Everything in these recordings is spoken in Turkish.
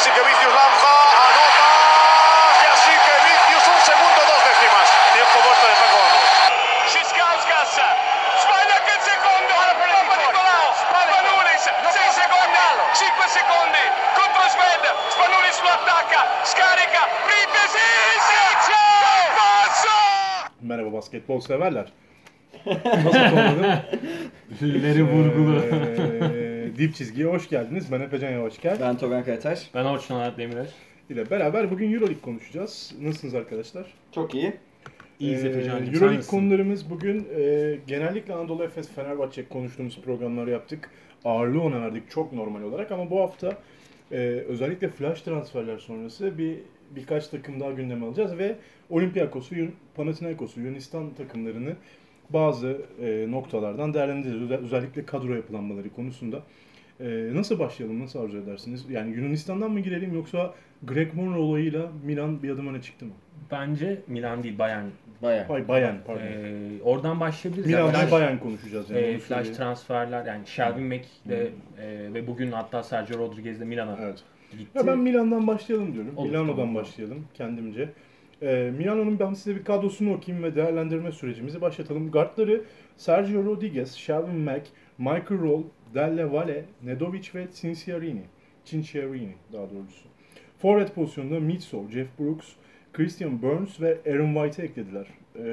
así que Vinicius lanza, anota, y así que Vinicius un segundo, 2 décimas. Tiempo muerto de Paco Vamos. Szyszkauskas sbaglia anche il secondo, Papa Nicolau, Spanulis, 6 secondi, 5 secondi contro Sved, Spanulis lo attacca, scarica, Printesi, passo! Merhaba basketbol severler. Nasıl kovaladım? Leri vurgulu. Dip çizgiye hoş geldiniz. Ben Efecan Yavaşker. Ben Togan Kayataş. Ben Orçun Anadolu Demirel. ile beraber bugün Euroleague konuşacağız. Nasılsınız arkadaşlar? Çok iyi. İyiyiz Efecan'cığım. Sen Euroleague nasılsın? konularımız bugün genellikle Anadolu Efes, Fenerbahçe konuştuğumuz programları yaptık. Ağırlığı ona verdik çok normal olarak ama bu hafta özellikle flash transferler sonrası birkaç takım daha gündeme alacağız ve Olympiakos'u, Panathinaikos'u, Yunanistan takımlarını bazı noktalardan değerlendireceğiz. Özellikle kadro yapılanmaları konusunda. Nasıl başlayalım, nasıl arzu edersiniz? Yani Yunanistan'dan mı girelim yoksa Greg Monroe olayıyla Milan bir adım öne çıktı mı? Bence Milan değil, Bayern. Bayern pardon. Oradan başlayabiliriz. Milan Yani değil Bayern konuşacağız yani. Onu flash söyleyeyim. transferler, yani Shelvin Mack de ve bugün hatta Sergio Rodriguez de Milan'a Evet. gitti. Ya ben Milan'dan başlayalım diyorum. Olur, Milano'dan tamam. başlayalım kendimce. Milano'nun ben size bir kadrosunu okuyayım ve değerlendirme sürecimizi başlatalım. Guardları Sergio Rodriguez, Shelvin Mack, Michael Roll, Delle Valle, Nedovic ve Cinciarini daha doğrusu. Forward pozisyonunda Mitsov, Jeff Brooks, Christian Burns ve Aaron White'ı eklediler.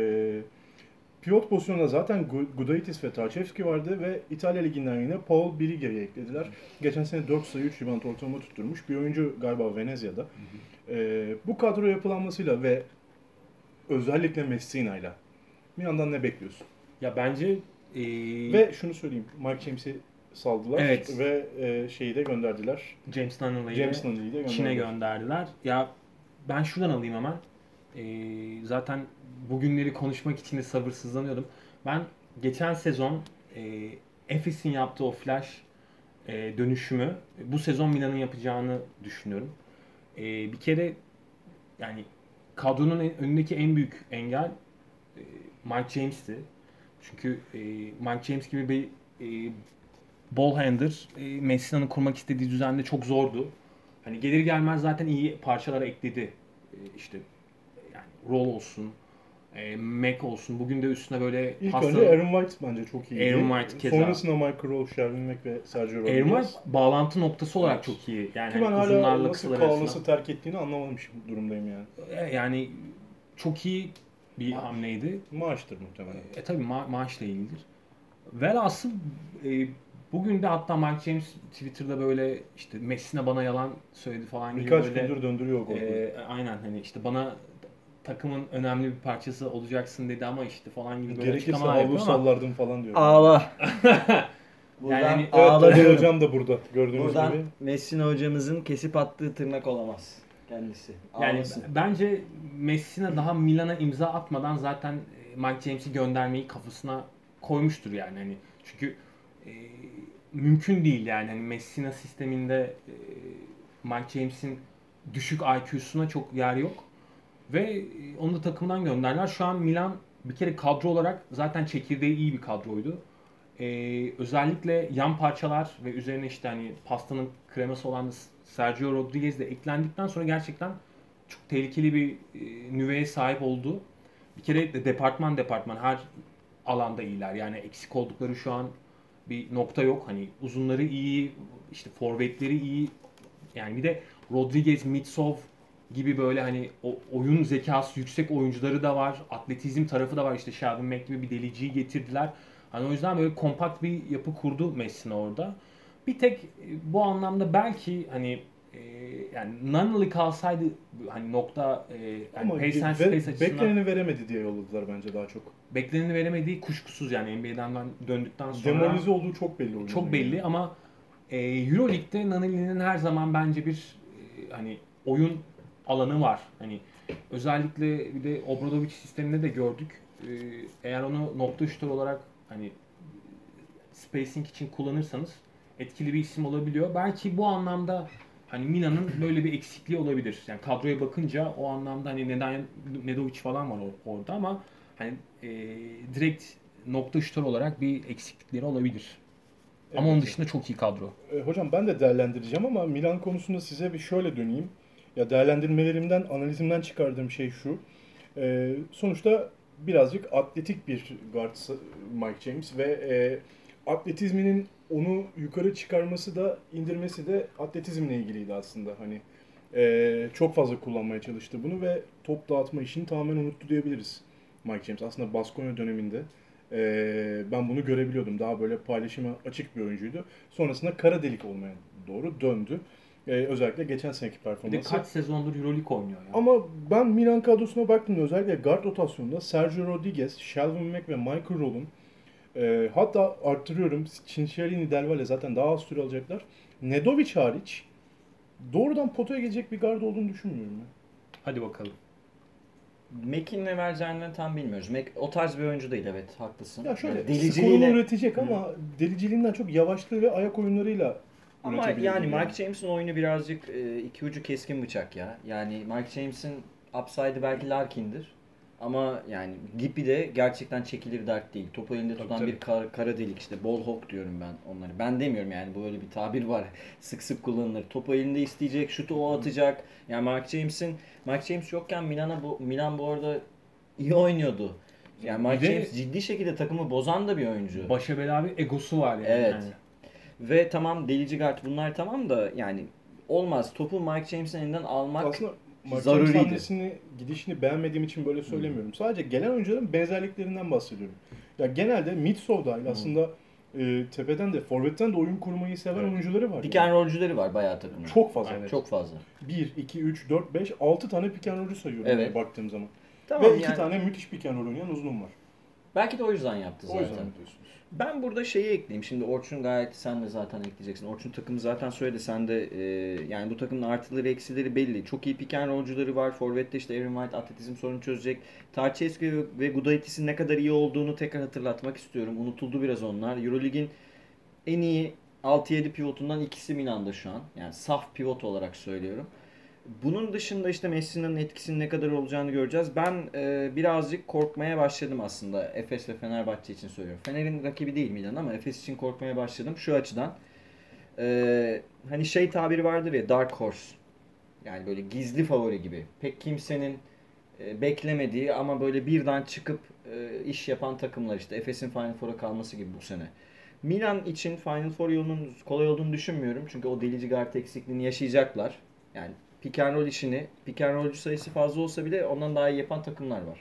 Pivot pozisyonunda zaten Gudaitis ve Tarçevski vardı ve İtalya Ligi'nden yine Paul Birighia'yı eklediler. Geçen sene 4 sayı 3 rebound ortalama tutturmuş bir oyuncu galiba Venezia'da. Bu kadro yapılanmasıyla ve özellikle Messina'yla Milan'dan ne bekliyorsun? Ya bence Ve şunu söyleyeyim, Mike James'i saldılar Evet. ve şeyi de gönderdiler. James Nunnally'i James Nunnally'i de gönderdiler. Çin'e gönderdiler. Ya ben şuradan alayım hemen. Zaten bugünleri konuşmak için de sabırsızlanıyordum. Ben geçen sezon Efes'in yaptığı o flash dönüşümü bu sezon Milan'ın yapacağını düşünüyorum. Bir kere yani kadronun önündeki en büyük engel Mike James'ti. Çünkü Mike James gibi bir ball handler Messina'nın kurmak istediği düzende çok zordu. Hani gelir gelmez zaten iyi parçalara ekledi. İşte yani Roll olsun, Mac olsun. Bugün de üstüne böyle İlk pasta... önce Aaron White bence çok iyiydi. Aaron White keza. Sonrasında Michael Roll, Shelvin Mack ve Sergio Rodriguez. Aaron White bağlantı noktası olarak çok iyi. Yani Ki ben hala uzunlarla nasıl kısalar Kaan'ı arasında. terk ettiğini anlamamış durumdayım yani. Yani çok iyi bir hamleydi. Maaştır muhtemelen. Tabii maaşla ilgilidir. Velhasıl bugün de hatta Mike James Twitter'da böyle işte Messina bana yalan söyledi falan gibi Birkaç böyle. gündür döndürüyor o konuyu. Aynen hani işte bana takımın önemli bir parçası olacaksın dedi ama işte falan gibi böyle Gerekirse açıklamalar havlu yapıyor ama sallardım falan diyor. Ağla. Buradan Yani Evet, ağla Tolga diyorum. hocam da burada gördüğünüz Buradan gibi. Messina hocamızın kesip attığı tırnak olamaz kendisi. yani Ağlasın. bence Messina daha Milan'a imza atmadan zaten Mike James'i göndermeyi kafasına koymuştur yani hani çünkü mümkün değil yani hani Messina sisteminde Mike James'in düşük IQ'suna çok yer yok ve onu da takımdan gönderdiler. Şu an Milan bir kere kadro olarak zaten çekirdeği iyi bir kadroydu. Özellikle yan parçalar ve üzerine işte hani pastanın kreması olan Sergio Rodriguez de eklendikten sonra gerçekten çok tehlikeli bir nüveye sahip oldu. Bir kere de departman her alanda iyiler. Yani eksik oldukları şu an bir nokta yok. Hani uzunları iyi, işte forvetleri iyi. Yani bir de Rodriguez, Mitsov gibi böyle hani oyun zekası yüksek oyuncuları da var. Atletizm tarafı da var. İşte Shelvin Mack gibi bir deliciyi getirdiler. Hani o yüzden böyle kompakt bir yapı kurdu Messina orada. Bir tek bu anlamda belki hani yani Nunnally kalsaydı hani nokta yani Ama pace and space açısından bekleneni veremedi diye yolladılar bence daha çok. bekleneni veremediği kuşkusuz yani NBA'den döndükten sonra Demoralize olduğu çok belli oyuncunun. çok belli ama Euroleague'de Nunnally'nin her zaman bence bir hani oyun alanı var. Hani özellikle bir de Obradovic sisteminde de gördük. Eğer onu nokta şutör olarak hani spacing için kullanırsanız etkili bir isim olabiliyor. Belki bu anlamda hani Milan'ın böyle bir eksikliği olabilir. Yani kadroya bakınca o anlamda hani neden Nedovic falan var orada ama hani direkt nokta şutör olarak bir eksiklikleri olabilir. Ama onun dışında çok iyi kadro. Hocam ben de değerlendireceğim ama Milan konusunda size bir şöyle döneyim. Ya değerlendirmelerimden, analizimden çıkardığım şey şu. Sonuçta birazcık atletik bir guard Mike James ve atletizminin onu yukarı çıkarması da indirmesi de atletizmle ilgiliydi aslında. Hani çok fazla kullanmaya çalıştı bunu ve top dağıtma işini tamamen unuttu diyebiliriz Mike James. Aslında Baskonya döneminde ben bunu görebiliyordum. Daha böyle paylaşıma açık bir oyuncuydu. Sonrasında kara delik olmaya doğru döndü. Özellikle geçen seneki Bir de performansı. kaç sezondur Euroleague oynuyor ya. Ama ben Milan kadrosuna baktığımda özellikle guard rotasyonunda Sergio Rodriguez, Shelvin Mack ve Michael Roll'un hatta arttırıyorum Cinciarini, Del Valle zaten daha az süre alacaklar. Nedovic hariç doğrudan potaya gelecek bir guard olduğunu düşünmüyorum ben. Hadi bakalım. Mac'in ne vereceğini tam bilmiyoruz. Mac o tarz bir oyuncu değil, evet haklısın. Ya şöyle Yani skorunu üretecek ama deliciliğinden çok yavaşlığı ve ayak oyunlarıyla ama üretebilir yani gibi Mike James'in oyunu birazcık iki ucu keskin bıçak ya. Yani Mike James'in upside'ı belki Larkin'dir. Ama yani Gippi de gerçekten çekilir dert değil. Topu elinde tutan tabii. bir kara delik işte. Ball hawk diyorum ben onları. Ben demiyorum yani, böyle bir tabir var. Sık sık kullanılır. Topu elinde isteyecek, şutu o atacak. Yani Mike James yokken Milan bu arada iyi oynuyordu. Yani Mike Bir de- James ciddi şekilde takımı bozan da bir oyuncu. Başa bela bir egosu var yani. Evet. Yani. Ve tamam delici guard bunlar tamam da yani olmaz. Topu Mike James'in elinden almak Aslında Mike James zaruriydi. hamlesini, gidişini beğenmediğim için böyle söylemiyorum. Sadece gelen oyuncuların benzerliklerinden bahsediyorum. Ya genelde Mitsov dahil aslında tepeden de forvetten de oyun kurmayı seven Evet. oyuncuları var. Pick and roll'cuları var bayağı takımda. Çok fazla. Evet. Çok fazla. 1, 2, 3, 4, 5, 6 tane pick and roll'cu sayıyorum Evet. baktığım zaman. Tamam Ve 2 yani tane müthiş pick and roll oynayan uzunum var. belki de o yüzden yaptı O zaten. yüzden diyorsunuz. Ben burada şeyi ekleyeyim. Şimdi Orçun gayet, sen de zaten ekleyeceksin. Orçun takımı zaten söyledi. Sen de yani bu takımın artıları eksileri belli. Çok iyi pick and roll'cuları var. Forvet'te işte Aaron White atletizm sorunu çözecek. Tarçeski ve Gudaitis'in ne kadar iyi olduğunu tekrar hatırlatmak istiyorum. Unutuldu biraz onlar. Eurolig'in en iyi 6-7 pivotundan ikisi Milan'da şu an. Yani saf pivot olarak söylüyorum. Bunun dışında işte Messi'nin etkisinin ne kadar olacağını göreceğiz. Ben birazcık korkmaya başladım aslında. Efes ve Fenerbahçe için söylüyorum. Fener'in rakibi değil Milan ama Efes için korkmaya başladım şu açıdan. Hani şey tabiri vardır ya, Dark Horse. Yani böyle gizli favori gibi. Pek kimsenin beklemediği ama böyle birden çıkıp iş yapan takımlar işte. Efes'in Final Four'a kalması gibi bu sene. Milan için Final Four yolunun kolay olduğunu düşünmüyorum. Çünkü o delici guard eksikliğini yaşayacaklar. Yani pick and roll işini, pick and rollcu sayısı fazla olsa bile ondan daha iyi yapan takımlar var.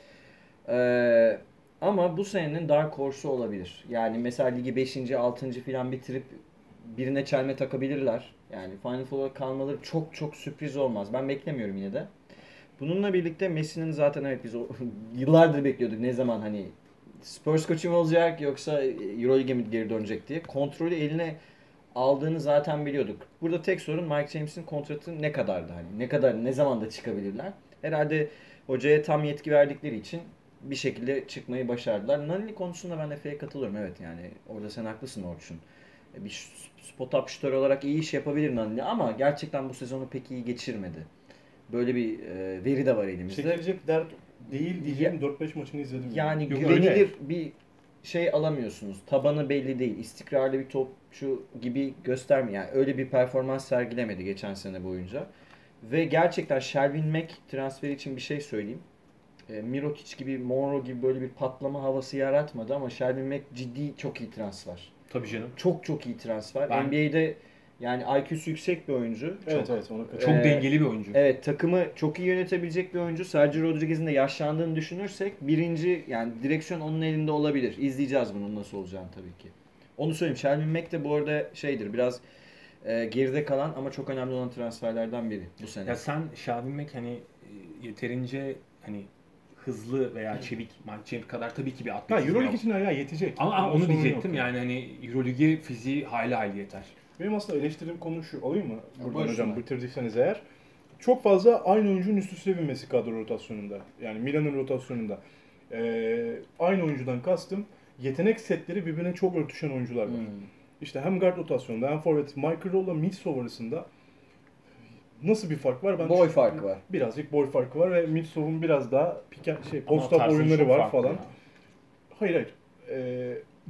Ama bu senenin Dark Horse'u olabilir. Yani mesela ligi 5. 6. falan bitirip birine çelme takabilirler. Yani Final Four'a kalmaları çok çok sürpriz olmaz. Ben beklemiyorum yine de. Bununla birlikte Messi'nin zaten evet biz yıllardır bekliyorduk ne zaman hani Spurs koçu mu olacak yoksa Euroleague'e mi geri dönecek diye. Kontrolü eline aldığını zaten biliyorduk. Burada tek sorun Mike James'in kontratı ne kadardı hani ne zaman da çıkabilirler. Herhalde hocaya tam yetki verdikleri için bir şekilde çıkmayı başardılar. Nani konusunda ben Efe'ye katılıyorum, evet yani orada sen haklısın Orçun. Bir spot up şutör olarak iyi iş yapabilir Nani ama gerçekten bu sezonu pek iyi geçirmedi. Böyle bir veri de var elimizde. Çekilecek dert değil diyeceğim 4-5 maçını izledim. Yani Yok, güvenilir öyle. bir şey alamıyorsunuz. Tabanı belli değil. İstikrarlı bir topçu gibi göstermiyor. Yani öyle bir performans sergilemedi geçen sene boyunca. Ve gerçekten Shelvin Mack transferi için bir şey söyleyeyim. Mirotic gibi, Monroe gibi böyle bir patlama havası yaratmadı ama Shelvin Mack ciddi çok iyi transfer. Tabii canım. Çok çok iyi transfer. Ben- NBA'de yani IQ'su yüksek bir oyuncu. Evet evet ona Çok katılıyorum. dengeli bir oyuncu. Evet, takımı çok iyi yönetebilecek bir oyuncu. Sergio Rodriguez'in de yaşlandığını düşünürsek birinci yani direksiyon onun elinde olabilir. İzleyeceğiz bunun nasıl olacağını tabii ki. Onu söyleyeyim. Shelvin Mack de bu arada şeydir biraz geride kalan ama çok önemli olan transferlerden biri bu sene. Ya sen Shelvin Mack hani yeterince hani hızlı veya çevik Mike James kadar tabii ki bir Ha atletizm Euroleague yok. için ayağı yetecek. Ama Ona onu sorun diyecektim yok yani hani Euroleague'e fiziği hayli yeter. Benim aslında eleştirim konu şu. Alayım mı? Buradan buyursunlar. hocam bitirdiyseniz eğer. Çok fazla aynı oyuncunun üst üste binmesi kadro rotasyonunda. Yani Milan'ın rotasyonunda. Aynı oyuncudan kastım yetenek setleri birbirine çok örtüşen oyuncular var. İşte hem guard rotasyonunda hem forvet Michael Roll'la Mitsov arasında nasıl bir fark var? Boy farkı var. Birazcık boy farkı var ve Mitsov'un biraz daha Ama post-up tarzı oyunları çok var farklı falan. ya. Hayır.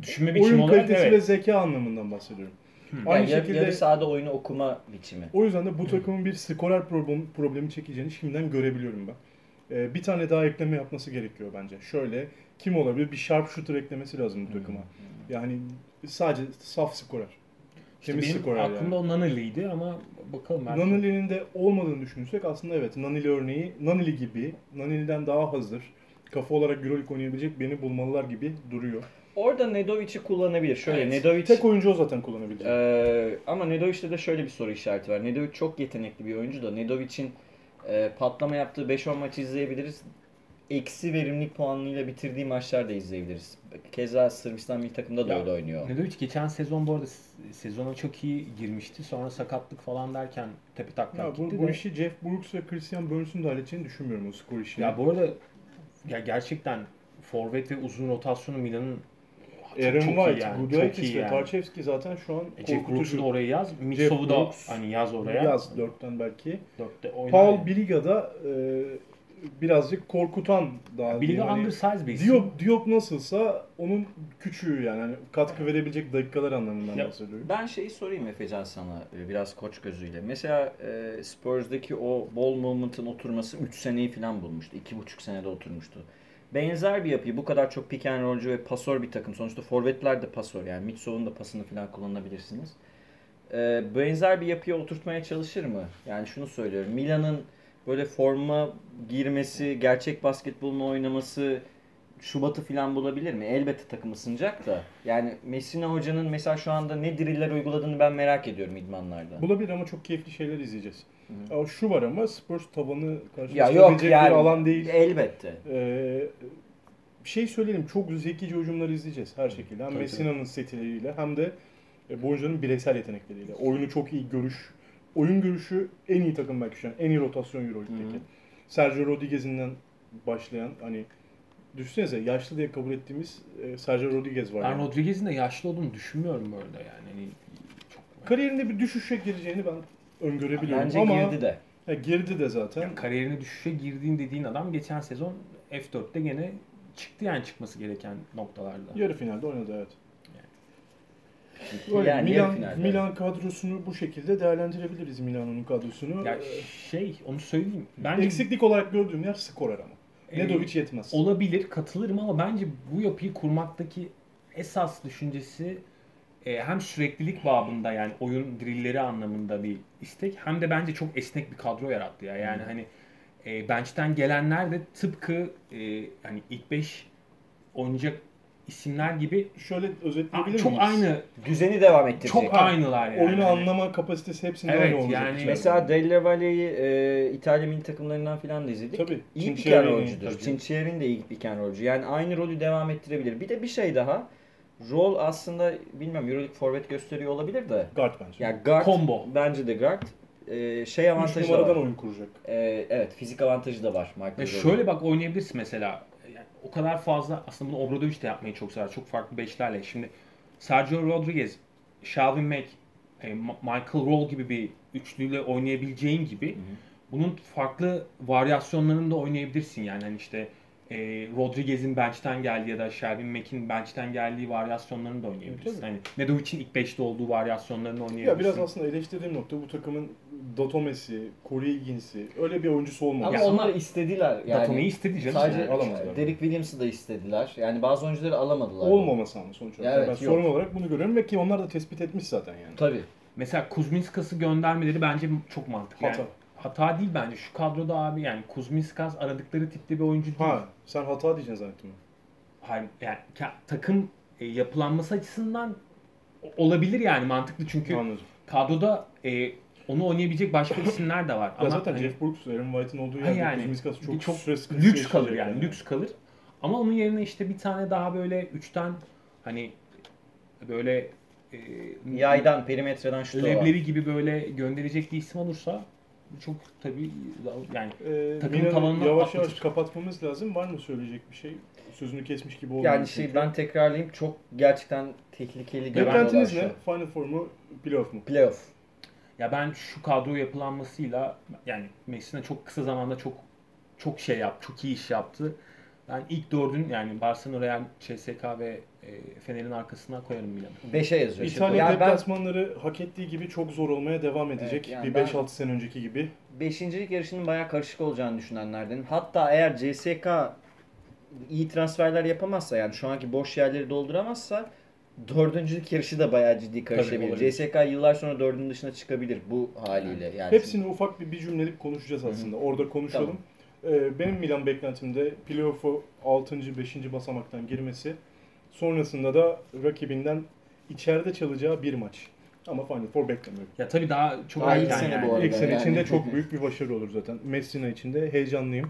düşünme biçimi Oyun olarak kalitesi evet. ve zeka anlamından bahsediyorum. Aynı Yani şekilde yarı sahada oyunu okuma biçimi. o yüzden de bu takımın bir skorer problemi çekeceğini şimdiden görebiliyorum ben. Bir tane daha ekleme yapması gerekiyor bence. Şöyle, kim olabilir? Bir sharpshooter eklemesi lazım bu takıma. Yani sadece saf skorer. İşte Temiz benim skorer aklımda yani. o Nunnally'ydi ama bakalım belki. Nunnally'nin de olmadığını düşünürsek aslında evet, Nunnally örneği Nunnally gibi, Nunnally'den daha hazır, kafa olarak Euroleague oynayabilecek birini bulmalılar gibi duruyor. Orada Nedovic'i kullanabilir. Şöyle Evet. Nedovic Tek oyuncu o zaten kullanabilecek. ama Nedovic'te de şöyle bir soru işareti var. Nedovic çok yetenekli bir oyuncu da Nedovic'in patlama yaptığı 5-10 maçı izleyebiliriz. Eksi verimlilik puanıyla bitirdiği maçlar da izleyebiliriz. Keza Sırbistan milli takımda da Ya, öyle oynuyor. Nedovic geçen sezon bu arada sezona çok iyi girmişti. Sonra sakatlık falan derken tepe taklak Ya gitti bu de. işi Jeff Brooks ve Christian Burns'un da halledeceğini düşünmüyorum o skor işini. Ya bu arada ya gerçekten forvet ve uzun rotasyonu Milan'ın Aaron çok White, iyi yani. Çok Gudaitis iyi ve yani. Tarçevski zaten şu an Jeff Brooks'u da korkutucu. oraya yaz. Mitsov'u da Brooks, hani yaz oraya. Yaz 4'ten belki. 4'te oynar. Paul yani. Biliga da birazcık korkutan daha. Biliga diyeyim. Hani undersize bir isim. Diop nasılsa onun küçüğü yani. Hani katkı verebilecek dakikalar anlamından Ya, bahsediyorum. Ben şeyi sorayım Efecan sana biraz koç gözüyle. Mesela Spurs'daki o ball movement'ın oturması 3 seneyi falan bulmuştu. 2,5 senede oturmuştu. Benzer bir yapıyı bu kadar çok pick and rollcu ve pasör bir takım. Sonuçta forvetler de pasör yani Mitsov'un da pasını falan kullanabilirsiniz. Benzer bir yapıya oturtmaya çalışır mı? Yani şunu söylüyorum. Milan'ın böyle forma girmesi, gerçek basketbolunu oynaması Şubat'ı falan bulabilir mi? Elbette takım ısınacak da. Yani Messina hocanın mesela şu anda ne driller uyguladığını ben merak ediyorum idmanlarda. Bulabilir ama çok keyifli şeyler izleyeceğiz. Ama şu var ama Spurs tavanı Ya yok karşılaştırabilecek yani bir alan değil. elbette. Bir şey söyleyelim, çok zekice hücumları izleyeceğiz her şekilde. Hem Tabii, Messina'nın setleriyle hem de bu oyuncuların bireysel yetenekleriyle. Oyunu çok iyi oyun görüşü en iyi takım belki şu an. En iyi rotasyon Euroleague'deki. Sergio Rodriguez'inden başlayan hani düşünsenize yaşlı diye kabul ettiğimiz Sergio Rodriguez var. Ben yani. Rodriguez'in de yaşlı olduğunu düşünmüyorum böyle yani. Hani çok Kariyerinde bir düşüşe gireceğini ben öngörebiliyorum. Bence ama girdi de. girdi de zaten. yani kariyerine düşüşe girdiğin dediğin adam geçen sezon F4'te gene çıktı yani çıkması gereken noktalarda. Yarı finalde oynadı evet. Yani Öyle, yarı finalde. Milan kadrosunu bu şekilde değerlendirebiliriz, Milano'nun kadrosunu. Ya onu söyleyeyim. Bence Eksiklik olarak gördüğüm yer skorer ama. Nedovic yetmez. olabilir, katılırım ama bence bu yapıyı kurmaktaki esas düşüncesi hem süreklilik babında yani oyun drilleri anlamında bir istek hem de bence çok esnek bir kadro yarattı ya. Yani hani bench'ten gelenler de tıpkı hani ilk 5 oynayacak isimler gibi Şöyle özetleyebilir çok miyiz? aynı, Düzeni devam ettirecek. çok aynılar yani. Oyunu Hani anlama kapasitesi hepsinde Evet, aynı olacak. yani içeride. Mesela Delle Valle'yi İtalya milli takımlarından falan da izledik. Tabii. İyi pick and Cinciari'nin rollcudur. tabii. Cinciari'nin de iyi pick and rollcu. Yani aynı rolü devam ettirebilir. Bir de bir şey daha. Rol aslında bilmem Euroleague forvet gösteriyor olabilir de. Guard bence. Yani guard Combo. bence de guard. Şey 3 avantajı da numaradan var. oyun kuracak. Evet fizik avantajı da var. Michael Ve Jordan. şöyle bak oynayabilirsin mesela. Yani o kadar fazla aslında bunu Obradovic de yapmayı çok sever. Çok farklı beşlerle. Şimdi Sergio Rodriguez, Shelvin Mack, Michael Roll gibi bir üçlüyle oynayabileceğin gibi bunun farklı varyasyonlarını da oynayabilirsin. Yani hani işte Rodriguez'in bench'ten geldiği ya da Shelvin Mack'in bench'ten geldiği varyasyonlarını da oynayabilirsin. Tabii. Hani Nedovic'in ilk 5'te olduğu varyasyonlarını Ya oynayabilirsin. biraz aslında eleştirdiğim nokta bu takımın Datomesi, Corey Higgins'i öyle bir oyuncusu olmaması. Ama Ya onları ama istediler. Yani Datome'yi istedi canım. sadece Yani. alamadılar. Derek Williams'ı da istediler. Yani bazı oyuncuları alamadılar. Olmaması ama sonuç olarak. Evet, ben yok. sorun olarak bunu görüyorum ve ki onlar da tespit etmiş zaten yani. Tabii. Mesela Kuzminskas'ı göndermeleri bence çok mantıklı. Hata. Yani hata değil bence. Şu kadroda abi yani Kuzminskas aradıkları tipte bir oyuncu değil. Ha, sen hata diyeceksin zannettim. Hayır, yani takım yapılanması açısından olabilir yani mantıklı çünkü Anladım. kadroda onu oynayabilecek başka isimler de var. Ya Ama zaten hani, Jeff Brooks, Aaron White'ın olduğu ha yerde yani, Kuzminskas çok, çok süre sıkıntısı lüks kalır yaşayacak yani lüks kalır. Ama onun yerine işte bir tane daha böyle üçten hani böyle Yaydan, perimetreden şutu var. leblebi gibi böyle gönderecek bir isim olursa çok tabii yani takım Milan'ı tavanına yavaş yavaş atlatır. kapatmamız lazım. Var mı söyleyecek bir şey? Sözünü kesmiş gibi oldu. Yani ben tekrarlayayım çok gerçekten tehlikeli görünüyorlar Beklentiniz şu ne? an. Final Four mu? Playoff mu? Playoff. Ya ben şu kadro yapılanmasıyla yani Messina çok kısa zamanda çok şey yaptı, çok iyi iş yaptı. Ben ilk dördün yani Barcelona, Real, CSKA ve Fener'in arkasına koyarım Milan'ı. 5'e yazıyor. İtalya Yani ben deplasmanları hak ettiği gibi çok zor olmaya devam edecek. Evet, yani bir ben- 5-6 sene önceki gibi. 5. yarışının bayağı karışık olacağını düşünenlerdenim. Hatta eğer CSK iyi transferler yapamazsa, yani şu anki boş yerleri dolduramazsa, 4. yarışı da bayağı ciddi karışabilir. olabilir. CSK yıllar sonra 4'ün dışına çıkabilir bu haliyle. Yani Hepsini ufak bir cümlelik konuşacağız aslında. Orada konuşalım. Benim Milan beklentimde playoff'u 6. 5. basamaktan girmesi. Sonrasında da rakibinden içeride çalacağı bir maç. Ama Final Four beklemiyorum. Ya tabii daha çok Daha ilk erken sene yani. bu arada. İlk sene yani. içinde çok büyük bir başarı olur zaten. Messina için de heyecanlıyım.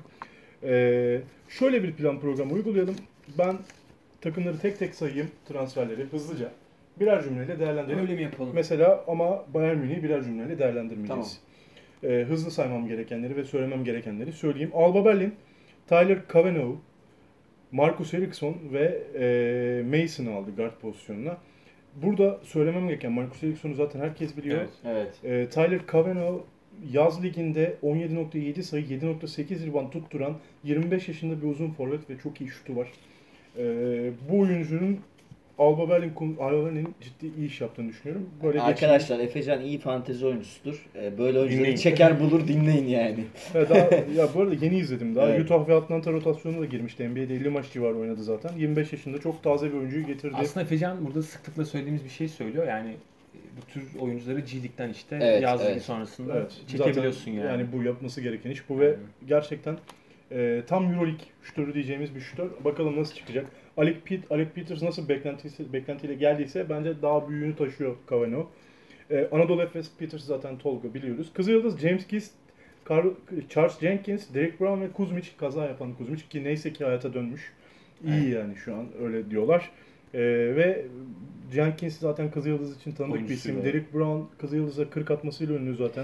Şöyle bir plan programı uygulayalım. Ben takımları tek tek sayayım, transferleri hızlıca. Birer cümleyle değerlendirelim. Öyle mi yapalım? Mesela ama Bayern Münih'i birer cümleyle değerlendirmeyeceğiz. Hızlı saymam gerekenleri ve söylemem gerekenleri söyleyeyim. Alba Berlin, Tyler Cavanaugh, Marcus Eriksson ve Mason'ı aldı guard pozisyonuna. Burada söylemem gereken, Marcus Eriksson'u zaten herkes biliyor. Evet. Evet. Tyler Cavanaugh yaz liginde 17.7 sayı, 7.8 rebound tutturan 25 yaşında bir uzun forvet ve çok iyi şutu var. Bu oyuncunun Alba Berlin'in ciddi iyi iş yaptığını düşünüyorum. Böyle Arkadaşlar Efecan iyi fantezi oyuncusudur. Böyle oyuncuları Dinleyin. çeker bulur dinleyin yani. Ya bu arada yeni izledim daha. Evet. Utah ve Atlanta rotasyonuna da girmişti. NBA'de 50 maç civarı oynadı zaten. 25 yaşında çok taze bir oyuncuyu getirdi. Aslında Efecan burada sıklıkla söylediğimiz bir şey söylüyor. Yani bu tür oyuncuları G League'den işte Evet, yaz ligi evet. sonrasında Evet, çekebiliyorsun zaten yani. bu yapması gereken iş bu ve gerçekten tam Euroleague şutörü diyeceğimiz bir şutör. Bakalım nasıl çıkacak. Alec Peters nasıl beklentiyle geldiyse bence daha büyüğünü taşıyor Cavanaugh. Anadolu Efes Peters zaten Tolga biliyoruz. Kızılyıldız James Gist, Charles Jenkins, Derek Brown ve Kuzmic, kaza yapan Kuzmic ki neyse ki hayata dönmüş. İyi yani şu an öyle diyorlar. Ve Jenkins zaten Kızılyıldız için tanıdık bir Oyuncusu, isim. evet. Derek Brown Kızılyıldız'a 40 atmasıyla ünlü zaten.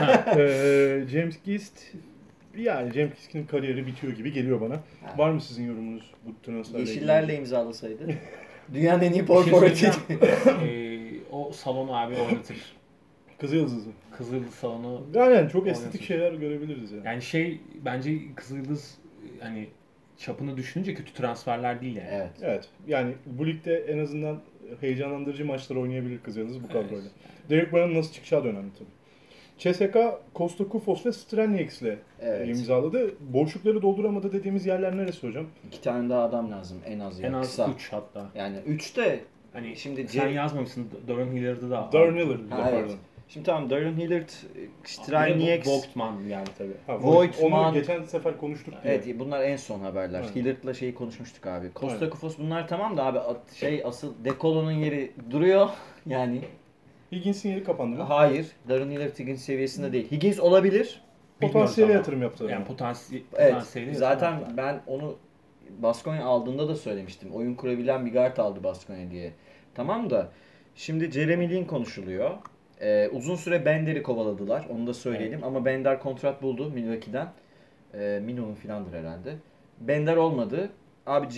James Gist, yani James Gist'in kariyeri bitiyor gibi geliyor bana. Var mı sizin yorumunuz bu transferle ilgili? Yeşillerle imzalasaydı. Dünyanın en iyi Bir power şey forward'ı. söyleyeceğim. O salonu abi oynatır. Kızılyıldız'ı. Kızıldız salonu. Yani çok estetik Oynatır. şeyler görebiliriz yani. Yani bence Kızıldız hani çapını düşününce kötü transferler değil yani. Evet. Evet. Yani bu ligde en azından heyecanlandırıcı maçlar oynayabilir Kızılyıldız bu kadroyla. Evet. Derek Brown'un nasıl çıkacağı da önemli tabii. CSKA, Kostakufos ve Straniex'le Evet. imzaladı. Boşlukları dolduramadı dediğimiz yerler neresi hocam? 2 tane daha adam lazım en az ya. En az Kısa. 3 hatta. Yani 3 de Hani Şimdi sen C- yazmamışsın Darren Hilliard'ı da. Darren Hillard. Ha, pardon. evet. Şimdi tamam Darren Hillard, Stranieks. Stranieks. Vogtman yani tabii. Ha, Voigtman- Onu geçen sefer konuştuk diye. Evet bunlar en son haberler. Aynen. Hillard'la şeyi konuşmuştuk abi. Kostakufos bunlar tamam da abi asıl Dekolo'nun yeri duruyor. Yani Higgins'in yeri kapandı mı? hayır. Darren Hillard Higgins seviyesinde değil. Higgins olabilir. Potansiyele Bilmiyoruz yatırım yaptılar. Yani Yani. Evet. potansiyeli Zaten yaptılar. ben onu Baskonya aldığında da söylemiştim. Oyun kurabilen bir guard aldı Baskonya diye. Tamam da şimdi Jeremy Lin konuşuluyor. Uzun süre Bender'i kovaladılar. Onu da söyleyelim. Ama Bender kontrat buldu Milwaukee'den. Mino'nun filandır herhalde. Bender olmadı. Abi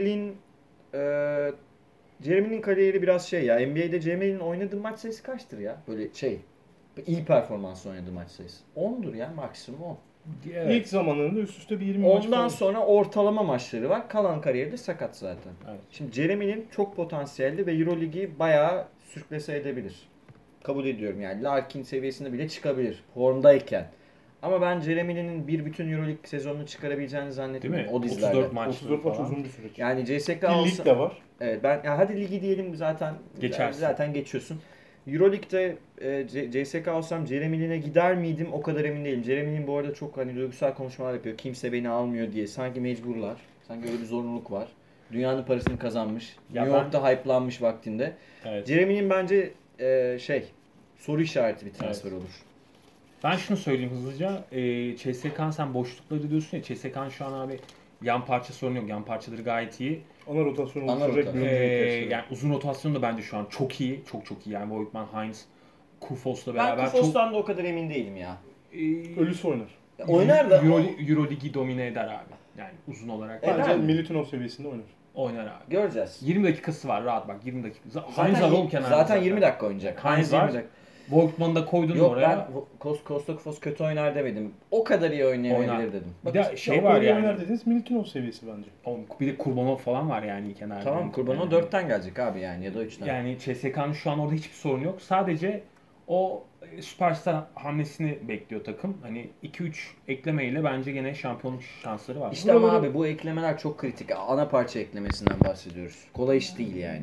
Jeremy Lin kariyeri biraz şey ya. NBA'de Jeremy Lin'in oynadığı maç sayısı kaçtır ya? Böyle iyi performans oynadığı maç sayısı. 10'dur ya maksimum 10. Evet. İlk zamanlarında üst üste bir 20 maç Ondan falan. sonra ortalama maçları var. Kalan kariyeri de sakat zaten. Evet. Şimdi Jeremy'nin çok potansiyelli ve Euroligi bayağı sürklese edebilir. Kabul ediyorum yani. Larkin seviyesinde bile çıkabilir. Formdayken. Ama ben Jeremy'nin bir bütün Euroleague sezonunu çıkarabileceğini Değil zannetmiyorum. mi? O dizlerle. 34 maç 34 maç falan. uzun bir süreç. Yani CSK Bir lig olsa... de var. Evet hadi ligi diyelim zaten. Geçersin. Zaten geçiyorsun. Euroleague'de CSK olsam Jeremy'ne gider miydim o kadar emin değilim. Jeremy'nin bu arada çok hani duygusal konuşmalar yapıyor. Kimse beni almıyor diye. Sanki mecburlar. Sanki öyle bir zorunluluk var. Dünyanın parasını kazanmış. Ya New York'ta hype'lanmış vaktinde. Evet. Jeremy'nin bence soru işareti bir transfer olur. Ben şunu söyleyeyim hızlıca. CSK'nın sen boşlukları diyorsun ya. CSK'nın şu an abi yan parça sorunu yok. Yan parçaları gayet iyi. Ana rotasyon Ana oluşturacak rotasyon. bir oyuncu ihtiyaçları. Yani uzun rotasyon da bence şu an çok iyi. Çok iyi. Yani Voigtman, Hines, Kufos'la Ben beraber Kufos'tan da o kadar emin değilim ya. Ölüsü oynar. Oynar da Euroligi domine eder abi. Yani uzun olarak. Eder Bence mi? Militinov seviyesinde oynar. Oynar abi. göreceğiz. 20 dakikası var rahat bak 20 dakika. Hines var oğlum kenarda. Zaten 20 dakika oynayacak. Hines Hines var. 20 dakika. Volkman'ı da koydun Yok oraya. ben Kostakofos kötü oynar demedim. O kadar iyi oynayabilir Oynar. dedim. Bir de şey Var var yani. oynar dediniz Milkinov seviyesi bence. Bir de Kurbanov falan var yani kenarda. Tamam Kurbanov Yani. 4'ten gelecek abi yani ya da 3'ten. Yani CSK'nın şu an orada hiçbir sorun yok. Sadece o süperstar hamlesini bekliyor takım. Hani 2-3 eklemeyle bence gene şampiyonluk şansları var. İşte ama abi bu eklemeler çok kritik. Ana parça eklemesinden bahsediyoruz. Kolay iş değil yani.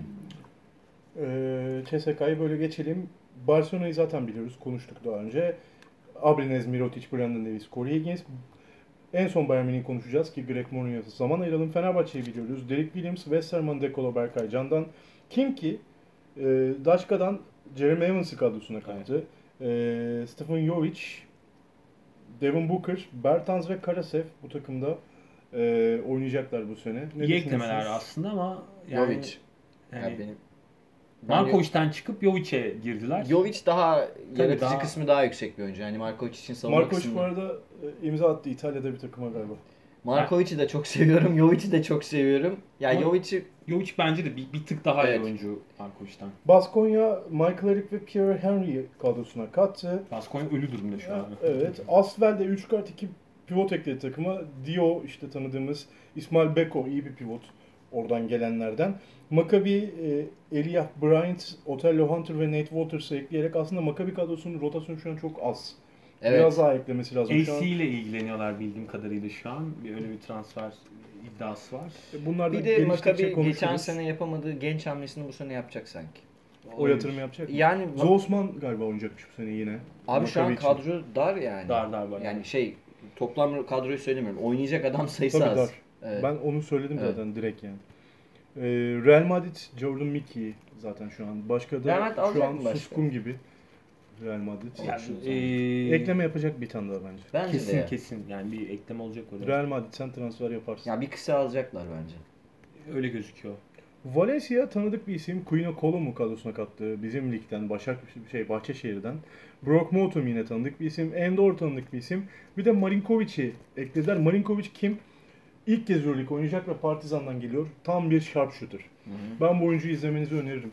CSK'yı böyle geçelim. Barcelona'yı zaten biliyoruz. Konuştuk daha önce. Abrines, Mirotic, Brandon Davis, Corey Higgins. En son Bayern Münih'i konuşacağız ki Greg Mourinho'ya zaman ayıralım. Fenerbahçe'yi biliyoruz. Derek Williams, Westerman, Dekolo, Berkay Can'dan. Kim ki Daşka'dan Jeremy Evans'ı kadrosuna kattı. Stefan Jovic, Devin Booker, Bertans ve Karasev bu takımda oynayacaklar bu sene. Ne İyi eklemeler düşünüyorsunuz? aslında ama yani, Jovic. yani Yani benim Markovic'ten çıkıp Jovic'e girdiler. Jovic daha yaratıcı daha- kısmı daha yüksek bir oyuncu. Yani Markovic için savunma Markovic kısmı. bu arada imza attı İtalya'da bir takıma galiba. Markovic'i de çok seviyorum. Jovic'i de çok seviyorum. Ya Ama- Jovic'i Jovic bence de bir tık daha Evet. iyi oyuncu Markovic'ten. Baskonya, Michael Eric ve Pierre Henry'i kadrosuna kattı. Baskonya ölü durumda şu an. Evet. Asvel'de 3 kart 2 pivot ekledi takıma. Dio işte tanıdığımız İsmail Beko iyi bir pivot oradan gelenlerden. Maccabi, Elijah Bryant, Otello Hunter ve Nate Waters'ı ekleyerek aslında Maccabi kadrosunun rotasyonu şu an çok az. evet. Biraz daha eklemesi lazım. Şu an AC ile ilgileniyorlar bildiğim kadarıyla şu an. Öyle bir transfer iddiası var. bunlar da Bir de geliştikçe Maccabi konuşuruz. geçen sene yapamadığı genç hamlesini bu sene yapacak sanki. o yatırım yapacak mı? Yani Zoosman galiba oynayacakmış bu sene yine. abi şu an Maccabi için. kadro dar yani. Dar bayağı. Yani toplam kadroyu söylemiyorum. Oynayacak adam sayısı Tabii az. dar. Evet. Ben onu söyledim Evet. zaten direkt yani. Real Madrid, Jordan Mickey zaten şu an. Başka Real da Madrid şu alacak an mı başka? suskun gibi. Real Madrid. Yani, Ekleme yapacak bir tane daha bence. Bence de kesin ya. kesin yani bir ekleme olacak orada. Real Madrid sen transfer yaparsın. Ya bir kısa alacaklar bence. Öyle gözüküyor. Valencia tanıdık bir isim. Quino Colombo kadrosuna kattı. Bizim ligden, Bahçeşehir'den. Brock Motum yine tanıdık bir isim. Endor tanıdık bir isim. Bir de Marinkovic'i eklediler. Marinkovic kim? İlk kez Euroleague oynayacak ve Partizan'dan geliyor. Tam bir sharpshooter. Ben bu oyuncuyu izlemenizi öneririm.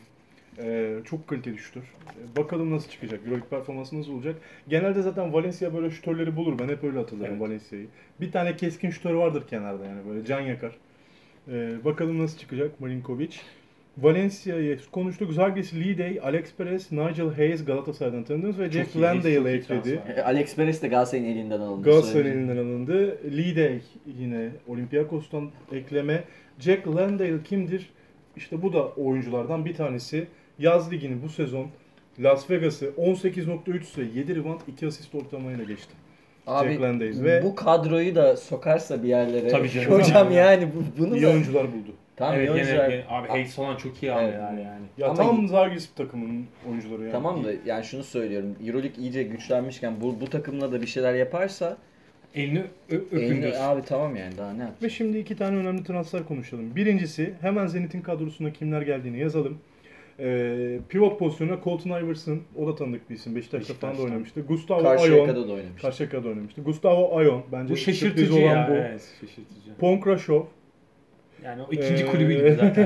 Çok kaliteli şutör. Bakalım nasıl çıkacak. Euroleague performansı nasıl olacak. Genelde zaten Valencia böyle şutörleri bulur. Ben hep öyle hatırlarım Evet. Valencia'yı. Bir tane keskin şutör vardır kenarda yani böyle can yakar. Bakalım nasıl çıkacak Marinkovic. Valencia'yı konuştuk. Zalgiris, Lidey, Alex Perez, Nigel Hayes Galatasaray'dan tanıdığınız ve Jack iyi, Landale çok iyi ekledi. transfer. Alex Perez de Galatasaray'ın elinden alındı. Galatasaray'ın söyleyeyim. elinden alındı. Lidey yine Olympiakos'tan ekleme. Jack Landale kimdir? İşte bu da oyunculardan bir tanesi. Yaz ligini bu sezon Las Vegas'ı 18.3 ise 7 rebound 2 asist ortalamayla geçti. Abi Jack Landale ve bu kadroyu da sokarsa bir yerlere. Tabii canım. Hocam yani bunu iyi da... oyuncular buldu. Tamam Evet, iyi oyuncular. abi Hayes falan çok iyi hamleler yani. Ya Ama- tam Zalgiris takımının oyuncuları yani. Tamam da yani şunu söylüyorum. Euroleague iyice güçlenmişken bu takımla da bir şeyler yaparsa Elini öpün elini, diyorsun. abi tamam yani daha ne Ve yapacak? şimdi iki tane önemli transfer konuşalım. Birincisi hemen Zenit'in kadrosuna kimler geldiğini yazalım. Pivot pozisyonuna Colton Iverson, o da tanıdık bir isim. Beşiktaş'ta falan da Beşiktaş'tan. oynamıştı. Gustavo Ayon, Karşıyaka'da da oynamış. Karşıyaka'da oynamıştı. Gustavo Ayon, bence Bu sürpriz şaşırtıcı olan ya. bu. Evet, şaşırtıcı. Ponkrashov, Yani o ikinci kulübü gibi zaten.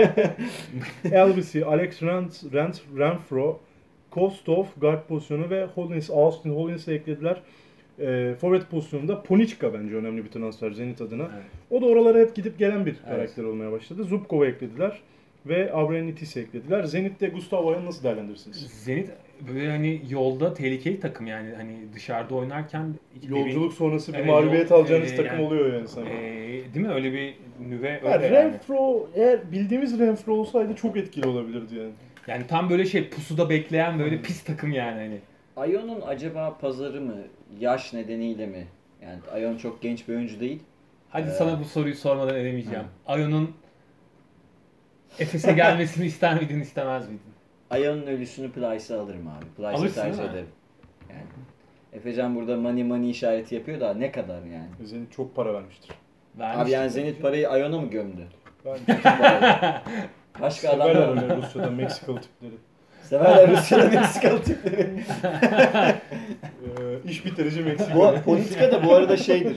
Elvis'i, Alex Renfro, Kostov guard pozisyonu ve Austin Hollins'i eklediler. Forvet pozisyonunda Ponichka bence önemli bir transfer Zenit adına. Evet. O da oralara hep gidip gelen bir karakter olmaya başladı. Zubkov'u eklediler ve Abrenitis'i eklediler. Zenit'te Gustavo Ayon'u nasıl değerlendirirsiniz? Zenit böyle hani yolda tehlikeli takım yani hani dışarıda oynarken Yolculuk sonrası bir Evet, mağlubiyet alacağınız takım yani, oluyor yani sanki. değil mi öyle bir nüve Yani öyle yani. Renfro, eğer bildiğimiz Renfro olsaydı çok etkili olabilirdi yani. Yani tam böyle pusuda bekleyen böyle pis takım yani hani. Ayon'un acaba pazarı mı? Yaş nedeniyle mi? Yani Ayon çok genç bir oyuncu değil. Hadi sana bu soruyu sormadan edemeyeceğim. Ayon'un Efes'e gelmesini ister miydin istemez miydin? Ayon'un ölüsünü Plyce'a alırım abi. Plyce'a Alırsın tercih değil mi? ederim. Yani Efecan burada money işareti yapıyor da ne kadar yani? Zenit çok para vermiştir. Abi yani Zenit parayı Ayon'a mı gömdü? Ben Başka severler adamlar öyle Rusya'da Meksikalı tipleri. severler Rusya'da Meksikalı tipleri. İş bitirici Meksika. Bu politika da bu arada şeydir.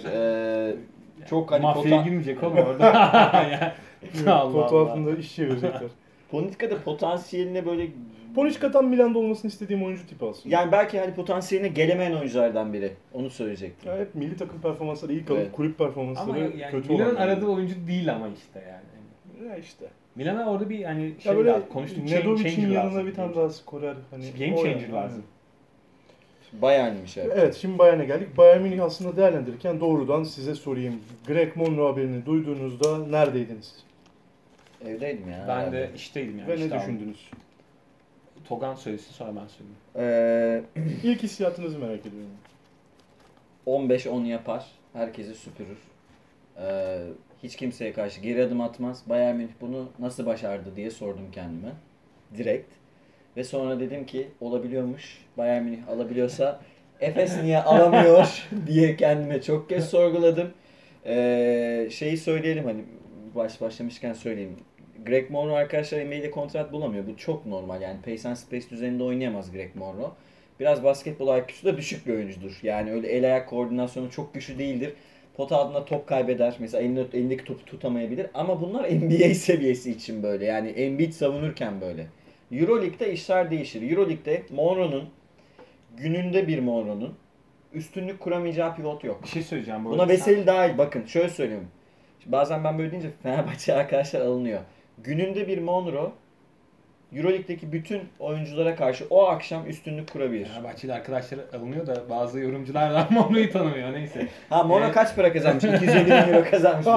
Çok hani Mafyaya girmeyecek oğlum orada. Yani, Allah Foto Allah. altında iş çevirecekler. Ponitka'da potansiyeline böyle Ponitka tam Milan'da olmasını istediğim oyuncu tipi aslında. yani belki hani potansiyeline gelemeyen oyunculardan biri. Onu söyleyecektim. Ya hep milli takım performansları iyi kalıp Evet. kulüp performansları Ama yani kötü Milan'ın olan. aradığı oyuncu değil ama işte yani. Ya işte. Milan'a orada bir hani Ya şey böyle lazım. Konuştuk. Nedovic'in yanına bir tane daha skorer hani Game o changer yani. lazım. Bayern'miş evet. Evet, şimdi Bayern'e geldik. Bayern Münih aslında değerlendirirken doğrudan size sorayım. Greg Monroe haberini duyduğunuzda neredeydiniz? Evdeydim ya. Ben herhalde. de işteydim yani. Ve ne işte düşündünüz? Togan söylesin sonra ben söyleyeyim. İlk hissiyatınızı merak ediyorum. 15-10 yapar. Herkesi süpürür. Hiç kimseye karşı geri adım atmaz. Bayern Münih bunu nasıl başardı diye sordum kendime. Direkt. Ve sonra dedim ki olabiliyormuş. Bayern Münih alabiliyorsa Efes niye alamıyor diye kendime çok kez sorguladım. Şeyi söyleyelim hani başlamışken söyleyeyim. Greg Monroe arkadaşlar NBA'de kontrat bulamıyor. Bu çok normal yani Pace and Space düzeninde oynayamaz Greg Monroe. Biraz basketbol IQ'su da düşük bir oyuncudur. Yani öyle el ayak koordinasyonu çok güçlü değildir. Pota altında top kaybeder. Mesela elindeki topu tutamayabilir. Ama bunlar NBA seviyesi için böyle. Yani Embiid savunurken böyle. Euroleague'de işler değişir. Euroleague'de gününde bir Monroe'nun üstünlük kuramayacağı pivot yok. Bir şey söyleyeceğim bu Buna arada. Veseli dahil. Bakın şöyle söyleyeyim. Bazen ben böyle deyince Fenerbahçe arkadaşlar alınıyor. Gününde bir Monroe Euroleague'deki bütün oyunculara karşı o akşam üstünlük kurabilir. Fenerbahçeli arkadaşlar alınıyor da bazı yorumcular da Monroe'yu tanımıyor neyse. Ha Monroe kaç para kazanmış? 250 bin euro kazanmış.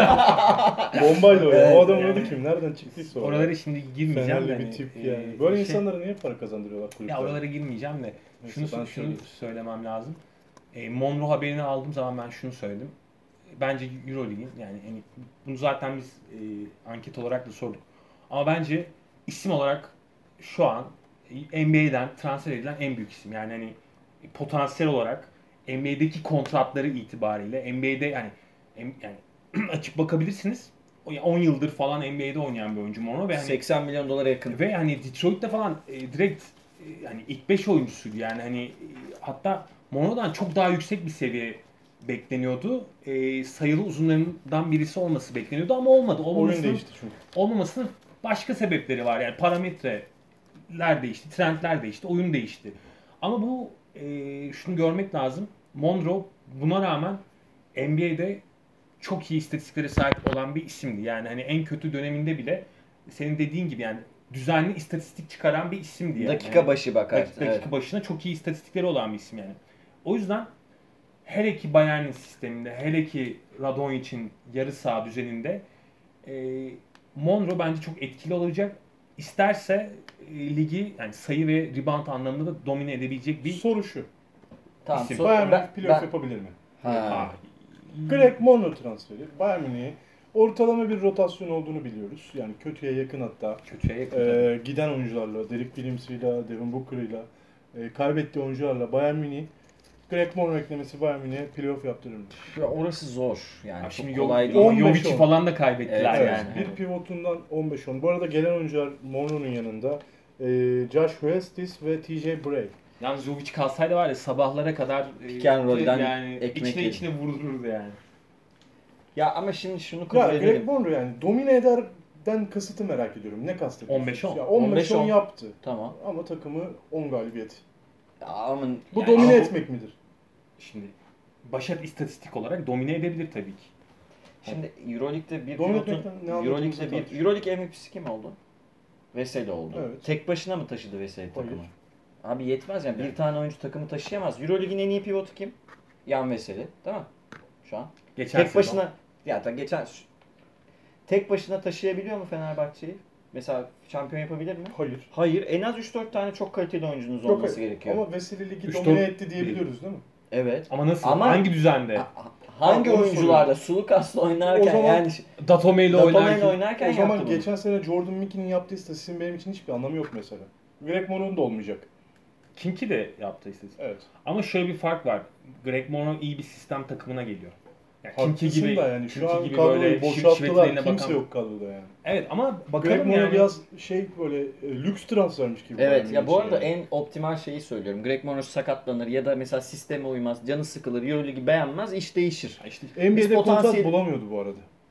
Bombayla oynuyor. Evet, O adamın yani. adı kim? Nereden çıktıysa o. Oralara şimdi girmeyeceğim de. Fenerli bir hani, tip yani. Böyle şey- insanlara niye para kazandırıyorlar kulüpler? Ya oralara girmeyeceğim de Neyse, şunu ben şunu söyleyeyim. söylemem lazım. Monroe haberini aldığım zaman ben şunu söyledim. Bence Euroleague'in yani hani bunu zaten biz anket olarak da sorduk. Ama bence isim olarak şu an NBA'den transfer edilen en büyük isim. Yani hani potansiyel olarak NBA'deki kontratları itibariyle NBA'de yani yani açıp bakabilirsiniz. 10 yıldır falan NBA'de oynayan bir oyuncu Monroe ve hani 80 milyon dolara yakın. ve hani Detroit'te falan direkt yani ilk 5 oyuncusuydu yani hani hatta Monroe'dan çok daha yüksek bir seviye bekleniyordu. Sayılı uzunlarından birisi olması bekleniyordu ama olmadı. Oyun değişti çünkü. Olmamasının başka sebepleri var yani parametreler değişti, trendler değişti, oyun değişti. Ama bu şunu görmek lazım. Monroe buna rağmen NBA'de çok iyi istatistiklere sahip olan bir isimdi. Yani hani en kötü döneminde bile senin dediğin gibi yani düzenli istatistik çıkaran bir isimdi yani. Dakika başı bakar. Dakika Evet. başına çok iyi istatistikleri olan bir isim yani. O yüzden hele ki Bayern'in sisteminde, hele ki Radonic'in yarı saha düzeninde Monroe bence çok etkili olacak. İsterse ligi yani sayı ve rebound anlamında da domine edebilecek bir Soru şu. Tamam. İsim. Bayern Münih playoff yapabilir mi? Ha. Greg Monroe transferi. Bayern Münih'e ortalama bir rotasyon olduğunu biliyoruz. Yani kötüye yakın hatta. kötüye yakın. tabii. Giden oyuncularla, Derek Williams'ıyla, Devin Booker'ıyla, kaybettiği oyuncularla Bayern Münih Greg Monroe eklemesi Bayern Münih'e playoff yaptırır mı? Ya orası zor. Yani Abi çok şimdi kolay yok, değil. 15 Jovic'i on. falan da kaybettiler Evet, yani. Bir pivotundan 15-10. Bu arada gelen oyuncular Monroe'nun yanında Josh Huestis ve TJ Bray. Yalnız Jovic kalsaydı var ya sabahlara kadar Pick and roll'den yani ekmek içine yedi. içine vurdururdu yani. Ya ama şimdi şunu kabul Ya edelim. Greg Monroe yani domine ederden kasıtı merak ediyorum. Ne kastediyorsunuz? 15-10. Ya 15-10 15-10 yaptı. Tamam. Ama takımı 10 galibiyet. Ya ama Bu Yani domine ama bu- etmek midir? Şimdi başat istatistik olarak domine edebilir tabii ki. şimdi Euroleague'de bir Domine pilotun etmekten ne anladığımızı tartışıyoruz. Euroleague MVP'si kim oldu? Veseli oldu. Evet. Tek başına mı taşıdı Veseli Hayır. takımı? Abi yetmez yani. Bir tane oyuncu takımı taşıyamaz. Euroleague'in en iyi pivotu kim? Yan Veseli, değil mi? Şu an. Geçen Tek sezon. başına ya da tek başına taşıyabiliyor mu Fenerbahçe'yi? Mesela şampiyon yapabilir mi? Hayır. Hayır. En az 3-4 tane çok kaliteli oyuncunuz Yok, olması hayır. gerekiyor. Ama Veseli Ligi 3-4 domine etti diyebiliyoruz değil mi? Evet. Ama nasıl? Ama- Hangi düzende? Hangi Onu oyuncularla Sulukas'la oynarken O zaman- yani Datome ile Datome'yle oynarken. oynarken O zaman yaptı bunu. geçen sene Jordan Mickey'nin yaptığı istatistiğin benim için hiçbir anlamı yok mesela. Greg Monroe'nun da olmayacak. Kinki de yaptı istatistik. Evet. Ama şöyle bir fark var. Greg Monroe iyi bir sistem takımına geliyor. Yani Kinki Haklısın gibi, da yani şu an gibi kadroyu böyle boşalttılar. şivetlerine Kimse bakan- yok kadroda yani. Evet ama Greg bakalım Monroe yani. biraz şey böyle lüks transfermiş gibi. Evet Bayern ya bu Münih arada için yani. en optimal şeyi söylüyorum. Greg Monroe sakatlanır ya da mesela sisteme uymaz, canı sıkılır, Euroleague'i beğenmez, iş değişir. İşte Biz NBA'de kontrat potansiyel- bulamıyordu bu arada.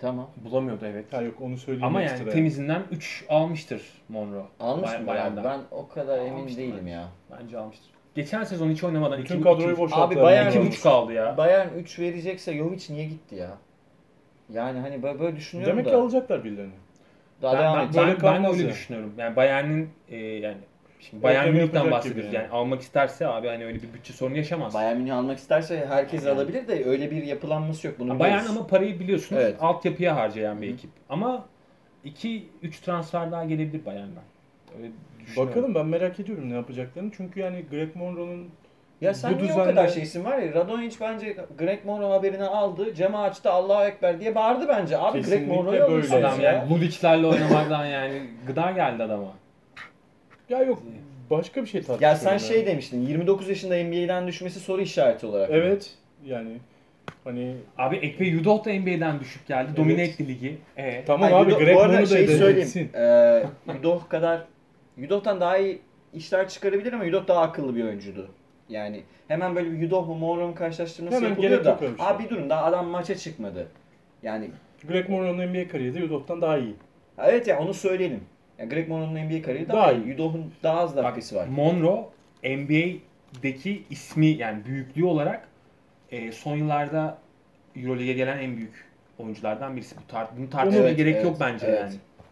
Tamam. Bulamıyordu evet. Ha yok onu söyleyeyim Ama ekstra. yani temizinden 3 almıştır Monroe. Almış mı? Bayern'den. Ben o kadar emin Almıştır değilim bence. ya. Bence almıştır. Geçen sezon hiç oynamadan Bütün kadroyu boşalttılar. Abi Bayern Monroe. 2,5 aldı ya. Bayern 3 verecekse Jovic niye gitti ya? Yani hani böyle düşünüyorum Demek da. ki alacaklar birilerini. Daha devam Ben, et. Böyle ben de kalmaz öyle ya. düşünüyorum. Yani Bayern'in yani şimdi Bayern Ekleme Münih'ten yapacak bahsediyoruz. gibi Yani almak isterse abi hani öyle bir bütçe sorunu yaşamaz. Bayern Münih almak isterse herkes alabilir de öyle bir yapılanması yok. Bunu Ha, Bayern biliyoruz. ama parayı biliyorsunuz Evet. altyapıya harcayan bir ekip. Ama 2-3 transfer daha gelebilir Bayern'den. Öyle düşünüyorum. Bakalım ben merak ediyorum ne yapacaklarını. Çünkü yani Greg Monroe'nun Ya sen bu niye o düzenle- kadar şeysin var ya, Radonjic bence Greg Monroe haberini aldı, cama açtı, Allahu Ekber diye bağırdı bence. Abi Greg Kesinlikle Monroe'yu böyle. alıyorsunuz Adam ya. yani Ludic'lerle oynamaktan yani gıda geldi adama. Ya yok başka bir şey tartışıyorum. Ya sen şey demiştin, 29 yaşında NBA'den düşmesi soru işareti olarak. Evet yani hani Abi Ekpe Yudoh da NBA'den düşük geldi. Evet. Domine etti ligi. tamam Ha, abi Yudoh- Greg bu arada Monroe da şey söyleyeyim. edeceksin. Yudoh kadar, Yudoh'tan daha iyi işler çıkarabilir ama Yudoh daha akıllı bir oyuncuydu. Yani hemen böyle bir Yudoh mu Monroe'nun karşılaştırması Hemen yapılıyor gerek da. yok öyle bir şey. Abi bir durun, daha adam maça çıkmadı. Yani Greg Monroe'nun NBA kariyeri de Yudoh'tan daha iyi. evet ya, onu söyleyelim. Yani Greg Monroe'nun NBA kariyeri daha Daha iyi. iyi. Yudoh'un daha az dakikası var. Monroe NBA'deki ismi yani büyüklüğü olarak son yıllarda Euroleague'e gelen en büyük oyunculardan birisi. Bunu tartışmaya Evet, gerek evet, yok bence evet. yani.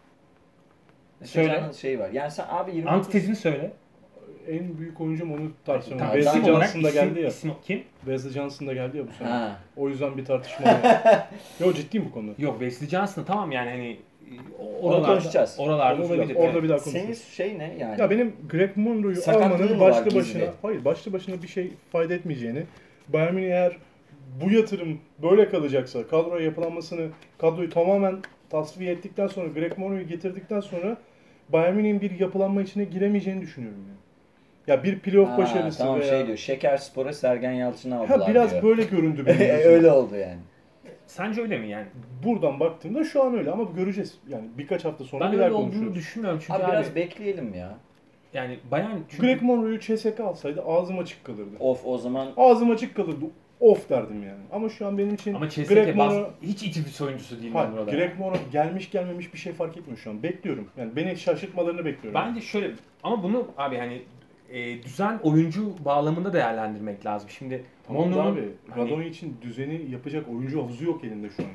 Söyle. Söyle. Şey var. Yani sen abi 29 Antitezini söyle. En büyük oyuncum onu tartışıyorum. Tamam, Wesley isim olarak Johnson da geldi ya. isim kim? Wesley Johnson da geldi ya bu sene. Ha. O yüzden bir tartışma var. Yo ciddiyim bu konuda. Yok Wesley Johnson tamam yani hani Onu konuşacağız. Oralarda Onu olabilir. orada bir daha Senin konuşuruz. şey ne yani? Ya benim Greg Monroe'yu Sakatlığı almanın mı var başlı gizli? başına, hayır başlı başına bir şey fayda etmeyeceğini, Bayern Münih eğer bu yatırım böyle kalacaksa, kadroya yapılanmasını, kadroyu tamamen tasfiye ettikten sonra, Greg Monroe'yu getirdikten sonra Bayern Münih'in bir yapılanma içine giremeyeceğini düşünüyorum yani. Ya bir playoff Ha, başarısı tamam veya... şey diyor. Şekerspor'a Sergen Yalçın'ı aldılar Ha biraz diyor. böyle göründü benim gözümde. Öyle oldu yani. Sence öyle mi yani? Buradan baktığımda şu an öyle ama göreceğiz. Yani birkaç hafta sonra Ben bir daha öyle olduğunu konuşuruz. düşünmüyorum çünkü Abi abi, biraz bekleyelim ya. yani Bayern çünkü Greg Monroe'yu CSK alsaydı ağzım açık kalırdı. Of o zaman Ağzım açık kalırdı. Of derdim yani. Ama şu an benim için ama Greg CSK Monroe... hiç itifis oyuncusu değil Hayır, Monroe'da. Greg Monroe gelmiş gelmemiş bir şey fark etmiyor şu an. Bekliyorum. Yani beni şaşırtmalarını bekliyorum. Bence şöyle ama bunu abi hani düzen oyuncu bağlamında değerlendirmek lazım. Şimdi Tamam da Monroe'nun abi, hani, Radon için düzeni yapacak oyuncu havuzu yok elinde şu an.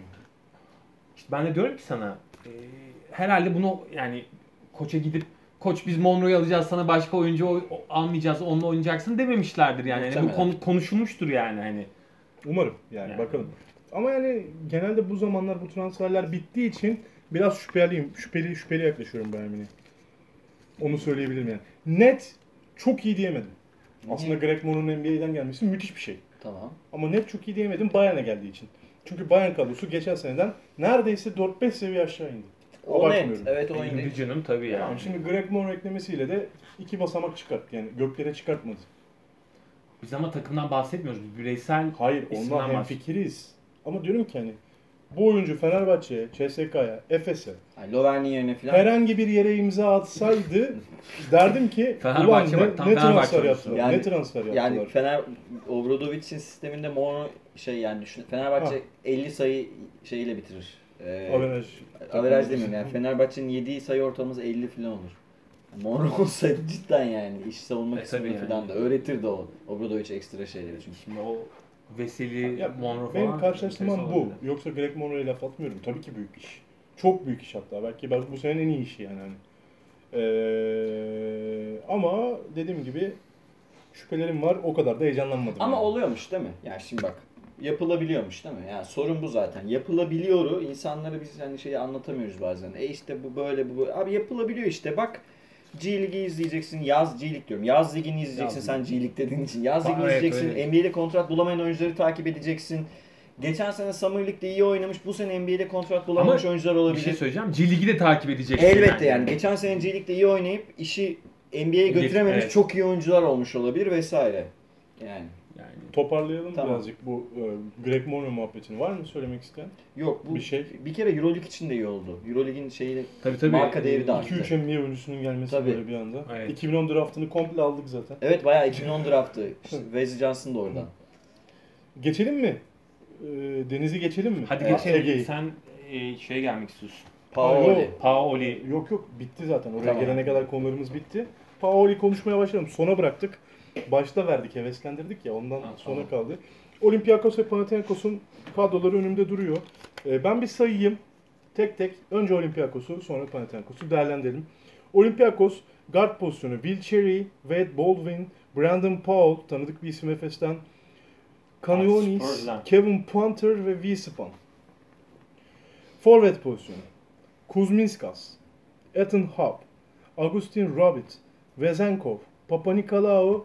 işte ben de diyorum ki sana herhalde bunu yani koça gidip koç biz Monroe'yu alacağız sana başka oyuncu almayacağız onunla oynayacaksın dememişlerdir yani. Yani bu Muhtemelen. konuşulmuştur yani hani. Umarım yani, Yani. bakalım. Ama yani genelde bu zamanlar bu transferler bittiği için biraz şüpheliyim. Şüpheli yaklaşıyorum Bayern Münih'e. Onu söyleyebilirim yani. Net çok iyi diyemedim. Aslında Greg Monroe'nun NBA'den gelmesi müthiş bir şey. tamam. Ama net çok iyi diyemedim Bayern'e geldiği için. Çünkü Bayern kadrosu geçen seneden neredeyse 4-5 seviye aşağı indi. O net. Abartmıyorum. Evet o Indi indi. canım tabii yani. Yani şimdi Greg Monroe eklemesiyle de 2 basamak çıkarttı yani göklere çıkartmadı. Biz ama takımdan bahsetmiyoruz. Bireysel Hayır isimden onunla bahsediyoruz. hemfikiriz. Ama diyorum ki hani bu oyuncu Fenerbahçe'ye, CSK'ya, Efes'e Yani Lovren'in yerine falan. herhangi bir yere imza atsaydı derdim ki ulan Fenerbahçe ne, bak, tam ne Fenerbahçe transfer oyuncusu. yaptılar, Yani- ne transfer yaptılar. Yani Obradovic'in sisteminde Monroe şey yani düşün. Fenerbahçe Ha. 50 sayı şeyiyle bitirir. Averaj. Averaj demiyorum yani. Fenerbahçe'nin yediği sayı ortalaması 50 falan olur. Monroe olsaydı cidden yani iş savunma kısmı tabii falan yani. da öğretirdi o. Obradovic ekstra şeyleri çünkü. Şimdi o Veseli, Ya, Monroe falan. benim karşılaştırmam enteresan bu. olabilir. Yoksa Greg Monroe'ya laf atmıyorum. Tabii ki büyük iş. Çok büyük iş hatta. Belki bu senenin en iyi işi yani. Hani. Ama dediğim gibi şüphelerim var. O kadar da heyecanlanmadım. Ama yani. oluyormuş değil mi? Yani şimdi bak yapılabiliyormuş değil mi? Yani sorun bu zaten. Yapılabiliyoru insanlara biz hani şeyi anlatamıyoruz bazen. İşte bu böyle bu böyle. Abi yapılabiliyor işte bak. G Ligi izleyeceksin. Yaz G Lig diyorum. Yaz Ligi'ni izleyeceksin Yaz sen G Lig dediğin için. Yaz Ligi'ni Evet, izleyeceksin. öyle. NBA'de kontrat bulamayan oyuncuları takip edeceksin. Geçen sene Summer League'de iyi oynamış. Bu sene NBA'de kontrat bulamamış Ama oyuncular Bir olabilir. şey söyleyeceğim. G Ligi de takip edeceksin. Elbette yani. Geçen sene G League'de iyi oynayıp işi NBA'ye götürememiş Evet. çok iyi oyuncular olmuş olabilir vesaire. Yani. Yani Toparlayalım Tamam. birazcık bu Greg Monroe muhabbetini. Var mı söylemek isteyen? Yok bu Bir şey. bir kere EuroLeague için de iyi oldu. EuroLeague'in şeyi tabii. marka değeri de arttı. 2-3 NBA oyuncusunun gelmesi Tabii. böyle bir anda. Evet. 2010 draftını komple aldık zaten. Evet bayağı 2010 draftı. İşte Wesley Johnson da oradan. Geçelim mi? Deniz'i geçelim mi? hadi Ege'yi. geçelim. Sen şeye gelmek istiyorsun. Paoli. Paoli. Yok bitti zaten. Oraya Tamam. gelene kadar konularımız bitti. Paoli konuşmaya başlayalım. Sona bıraktık. Başta verdik, heveslendirdik ya, ondan sona kaldı. Olympiakos ve Panathinaikos'un kadroları önümde duruyor. Ben bir sayayım. Tek tek. Önce Olympiakos'u, sonra Panathinaikos'u değerlendirelim. Olympiakos guard pozisyonu Will Cherry, Wade Baldwin, Brandon Powell, tanıdık bir isim Efes'ten, Kanyonis, Spur'dan. Kevin Punter ve Wiespan. Forvet pozisyonu Kuzminskas, Ethan Hub, Agustin Rabbit, Vezenkov, Papanikolaou,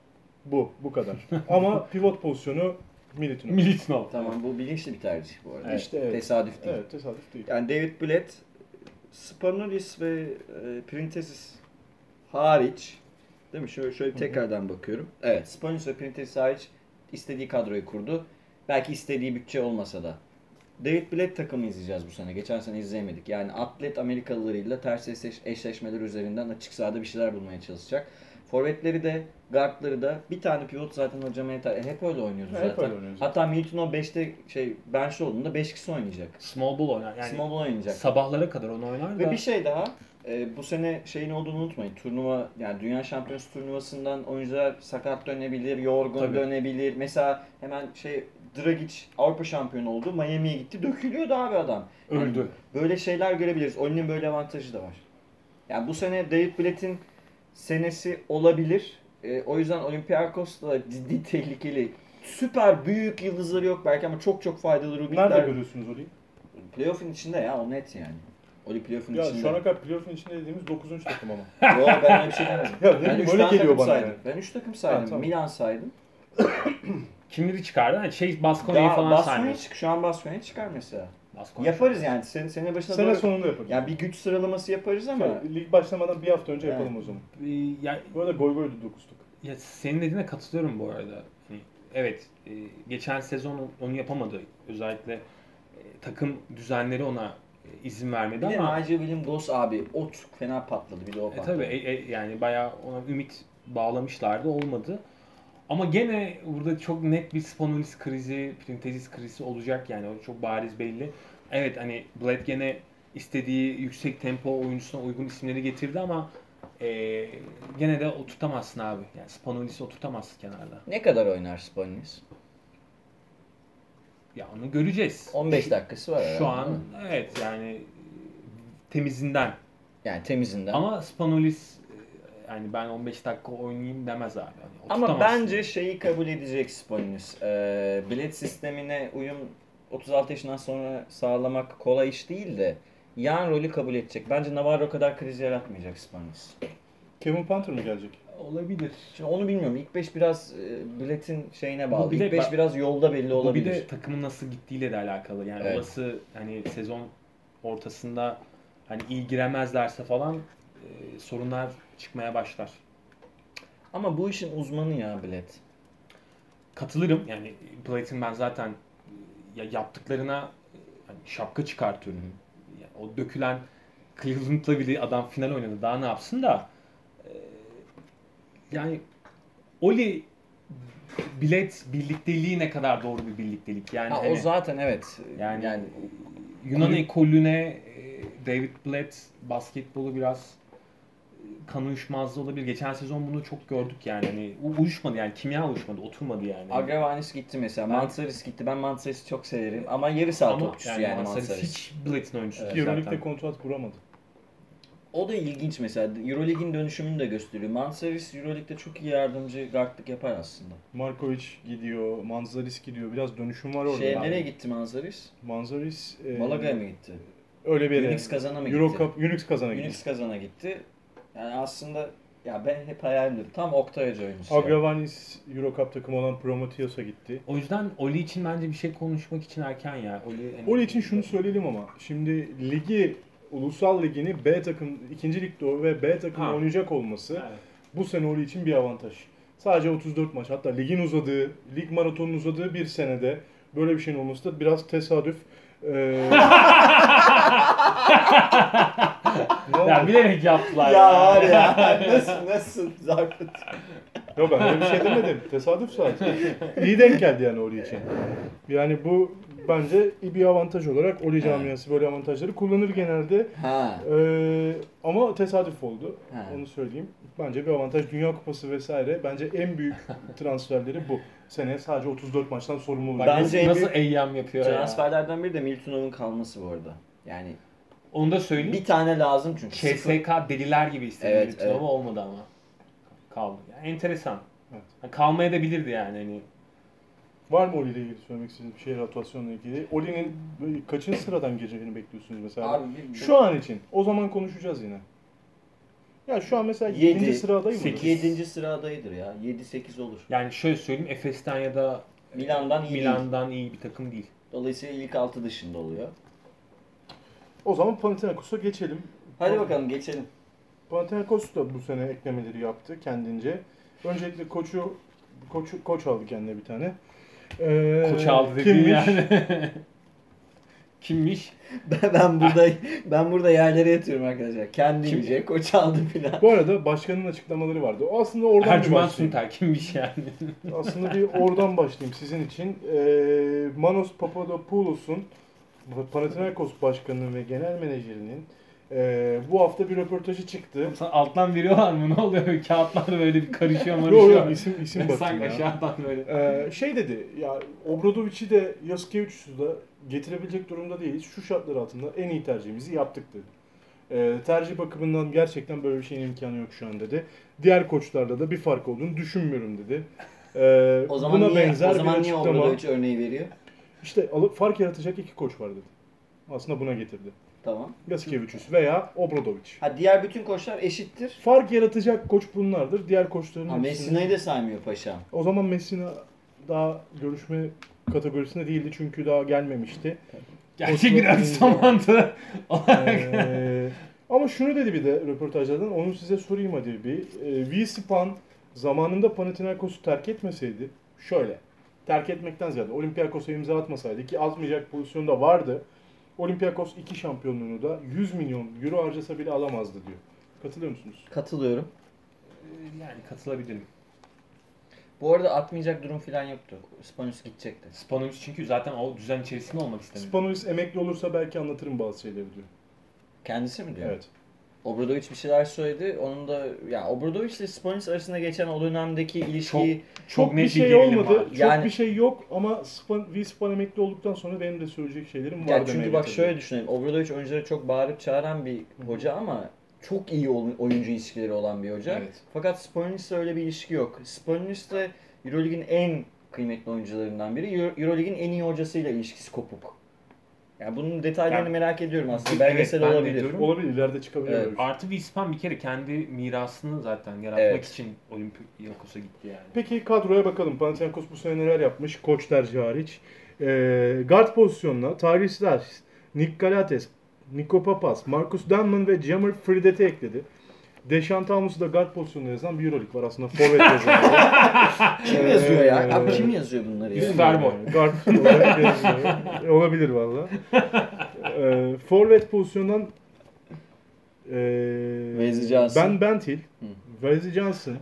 bu kadar. Ama pivot pozisyonu Militinov. Militinov. Tamam, bu bilinçli bir tercih bu arada. İşte evet. Tesadüf değil. Evet, tesadüf değil. Yani David Blatt, Spanulis ve Printezis hariç, değil mi? Şöyle tekrardan bakıyorum. Evet, Spanulis ve Printezis hariç istediği kadroyu kurdu. Belki istediği bütçe olmasa da. David Blatt takımı izleyeceğiz bu sene. Geçen sene izleyemedik. Yani atlet Amerikalılarıyla ters eşleşmeler üzerinden açık sahada bir şeyler bulmaya çalışacak. Forvetleri de, guardları da bir tane pivot zaten hocama yeter. Hep öyle oynuyoruz Hep zaten. öyle oynuyoruz. Hatta Militinov 5'te bench'te olduğunda 5 kişi oynayacak. Small ball oynar. Yani Small ball oynayacak. sabahlara kadar onu oynar da. Ve bir şey daha, bu sene şeyin olduğunu unutmayın. Turnuva, yani Dünya Şampiyonası turnuvasından oyuncular sakat dönebilir, yorgun Tabii. dönebilir. Mesela hemen Dragic Avrupa şampiyonu oldu, Miami'ye gitti, dökülüyordu abi adam. Yani Öldü. böyle şeyler görebiliriz. Oyunun böyle avantajı da var. Yani bu sene David Blatt'in senesi olabilir. O yüzden Olympiakos da ciddi tehlikeli. Süper büyük yıldızları yok belki ama çok faydalı Nerede Rubikler. görüyorsunuz orayı? Playoff'un içinde ya, o net yani. Oli playoff'un Ya içinde. şu ana kadar playoff'un içinde dediğimiz 9. takım ama. Yok, ben öyle bir şey demedim. Ya ne Ben bileyim, 3 öyle tane geliyor takım bana saydım. yani. Ben 3 takım saydım. Ha, tamam. Milan saydım. Kimleri çıkardı? Yani Baskonya'yı falan Baskonya saymıyor. şu an Baskonya çıkar mesela. Baskonya. Yaparız yani. Sene başına Sene doğru. sonunda yaparız. Yani bir güç sıralaması yaparız ama Lig başlamadan bir hafta önce yapalım Evet. o zaman. Ya, Bu arada goy goydu 9 takım. ya senin dediğine katılıyorum bu arada. Hani, evet, geçen sezon onu yapamadı. Özellikle takım düzenleri ona izin vermedi bir de ama Nigel William Goss abi o çok fena patladı. Bir de o patladı. tabii yani bayağı ona ümit bağlamışlardı, olmadı. Ama gene burada çok net bir Spanulis krizi, Printezis krizi olacak yani, o çok bariz belli. Evet, hani Blatt gene istediği yüksek tempo oyuncusuna uygun isimleri getirdi ama gene de oturtamazsın abi. Yani Spanulis'i oturtamazsın kenarda. Ne kadar oynar Spanulis? Ya onu göreceğiz. 15 dakikası var herhalde. Şu an değil mi? evet yani temizinden. Yani temizinden. Ama Spanulis yani ben 15 dakika oynayayım demez abi. Yani Ama oturtamazsın. bence şeyi kabul edecek Spanulis. Bilet sistemine uyum 36 yaşından sonra sağlamak kolay iş değil de yan rolü kabul edecek. Bence Navarro kadar kriz yaratmayacak Spanulis. Kevin Punter mı gelecek? Olabilir. Şimdi onu bilmiyorum. İlk 5 biraz Bilet'in şeyine bağlı. bir de İlk 5 bak- biraz yolda belli Bu olabilir. bir de takımın nasıl gittiğiyle de alakalı. Yani Evet. olası hani sezon ortasında hani iyi giremezlerse falan sorunlar çıkmaya başlar. Ama bu işin uzmanı ya Bilet. Katılırım. Yani Blatt'in ben zaten ya yaptıklarına hani şapka çıkartıyorum. Yani o dökülen Cleveland'la bile adam final oynadı. Daha ne yapsın da yani Oli Blatt birlikteliği ne kadar doğru bir birliktelik. Yani Ha, o hani- zaten evet. Yani Yunan ekolüne David Blatt basketbolu biraz kan uyuşmazlığı olabilir. Geçen sezon bunu çok gördük yani. Hani uyuşmadı yani, kimya uyuşmadı, oturmadı yani. Agravanis gitti mesela. Ben- Mansaris gitti. Ben Mansaris'i çok severim. Ama yarı saha Ama topçusu yani Mansaris Mansaris. hiç Blatt'in oyuncusu Evet. değil Euroleague'de zaten. kontrat kuramadı. O da ilginç mesela. Euroleague'in dönüşümünü de gösteriyor. Mansaris Euroleague'de çok iyi yardımcı guardlık yapar aslında. Markovic gidiyor, Manzaris gidiyor. Biraz dönüşüm var orada. Nereye gitti Mansaris? Manzaris Malaga'ya mı gitti? öyle bir yere. Unix Kazan'a mı gitti? Eurocup, Unix Kazan'a gitti. Unix Kazan'a gitti. Yani aslında ya ben hep hayalimdir. Tam Oktay Hoca oyuncusu. Agravanis Eurocup takımı olan Prometheus'a gitti. O yüzden Oli için bence bir şey konuşmak için erken ya. Hani- Onun için şunu söyleyelim ama şimdi ligi, ulusal ligini B takım, ikinci ligde o ve B takım Ha. oynayacak olması Evet. bu sene onun için bir avantaj. Sadece 34 maç, hatta ligin uzadığı, lig maratonunun uzadığı bir senede böyle bir şeyin olması da biraz tesadüf. Ne oldu? Ya bilerek yaptılar Ya var ya. nasıl zarfet. Yok, ben öyle bir şey demedim. Tesadüf sadece. İyi denk geldi yani oraya için. Yani bu bence bir avantaj olarak Oli camiası böyle avantajları kullanır genelde. Ha. Ama tesadüf oldu. Ha. Onu söyleyeyim. Bence bir avantaj. Dünya Kupası vesaire. Bence en büyük transferleri bu. Seneye sadece 34 maçtan sorumlu olacak. Bence en Nasıl büyük eyyam yapıyor ya. transferlerden biri de Milutinov'un kalması bu arada. Yani Onu da söyleyeyim. bir tane lazım çünkü. CSK deliler gibi istedi Evet, Milutinov'u, evet. olmadı ama. Kaldı. Yani enteresan. Evet. Yani kalmaya da bilirdi yani. Hani Var mı Oli ile ilgili söylemek istediğiniz bir şey, rotasyonla ilgili? Oli'nin kaçıncı sıradan gireceğini bekliyorsunuz mesela? Abi Şu an için. O zaman konuşacağız yine. Ya şu an mesela 7. 7, sıra adayı mı? 7. sıradaydır ya. 7-8 olur. yani şöyle söyleyeyim, Efes'ten ya da Milan'dan iyi değil. Milan'dan iyi bir takım değil. Dolayısıyla ilk 6 dışında oluyor. O zaman Panathinaikos'a geçelim. Hadi bakalım geçelim. Panathinaikos da bu sene eklemeleri yaptı kendince. Öncelikle koç aldı kendine bir tane. Koç aldı dediğin kimmiş? yani. Kimmiş? ben burada yerlere yatıyorum arkadaşlar. Kendince koç aldı filan. Bu arada başkanın açıklamaları vardı. O aslında oradan bir Ercüment başlayayım. Sunter kimmiş yani? Aslında bir oradan başlayayım sizin için. Manos Papadopoulos'un, Panathinaikos başkanının ve genel menajerinin bu hafta bir röportajı çıktı. Sana alttan veriyorlar mı? Ne oluyor? Kağıtlar böyle bir karışıyor Yok marışıyor. isim bakın Sanki ya. aşağıdan böyle. Şey dedi ya, Obradovic'i de Jasikevicius'u da getirebilecek durumda değiliz. Şu şartlar altında en iyi tercihimizi yaptık dedi. Tercih bakımından gerçekten böyle bir şeyin imkanı yok şu an dedi. Diğer koçlarla da bir fark olduğunu düşünmüyorum dedi. O zaman Buna niye, benzer o zaman bir niye açıklama. Obradovic örneği veriyor? İşte fark yaratacak iki koç var dedi. Aslında buna getirdi. Tamam. Jasikevicius veya Obradovic. Ha diğer bütün koçlar eşittir. Fark yaratacak koç bunlardır. Diğer koçların Ha hepsini- Messina'yı da saymıyor paşam. O zaman Messina daha görüşme kategorisinde değildi çünkü daha gelmemişti. Gerçek bir Arsenal mantığı olarak. Ama şunu dedi bir de röportajlardan, onu size sorayım hadi bir. Wiespan zamanında Panathinaikos'u terk etmeseydi, şöyle, terk etmekten ziyade Olympiakos'a imza atmasaydı ki atmayacak pozisyonda vardı, Olympiakos 2 şampiyonluğunu da 100 milyon euro harcasa bile alamazdı diyor. Katılıyor musunuz? Katılıyorum. Yani katılabilirim. Bu arada atmayacak durum filan yoktu. Spanulis gidecekti. Spanovic çünkü zaten o düzen içerisinde olmak istemiyor. Spanulis emekli olursa belki anlatırım bazı şeyleri diyor. Kendisi mi diyor? Evet. Obradovic bir şeyler söyledi. Onun da ya Obradovic ile Spanulis arasında geçen o dönemdeki ilişkiyi Çok net bir şey gerilim olmadı. var. Çok Yani- bir şey yok ama Wiespan emekli olduktan sonra benim de söyleyecek şeylerim var ya demeye çünkü bak getirdim. şöyle düşünelim. Obradovic oyuncuları çok bağırıp çağıran bir hoca ama çok iyi oyuncu ilişkileri olan bir hoca. Evet. Fakat Spanulis'le öyle bir ilişki yok. Spanulis de EuroLeague'in en kıymetli oyuncularından biri. EuroLeague'in en iyi hocasıyla ilişkisi kopuk. Yani bunun detaylarını Yani- merak ediyorum aslında. Evet, Belgesel ben de olabilir. ediyorum. Olabilir, ileride çıkabilir Evet. öyle bir şey. Artı Wiespan bir kere kendi mirasını zaten yaratmak Evet. için Olympiakos'a gitti yani. Peki kadroya bakalım. Panathinaikos bu sene neler yapmış? Koç tercihi hariç. Guard pozisyonuna Tyrese Rice, Nick Galates, Nico Papas, Marcus Dunman ve Jammer Fredet'i ekledi. Deşan Thomas'ı da guard pozisyonuna yazan bir Euroleague var aslında. Forvet yazıyor. Kim yazıyor ya? Ee, Abi kim yazıyor bunları ya? Üst Fermo. Guard olarak yazıyor. Olabilir valla. Forvet pozisyonundan Wesley Johnson. Ben Bentil, Wesley Johnson,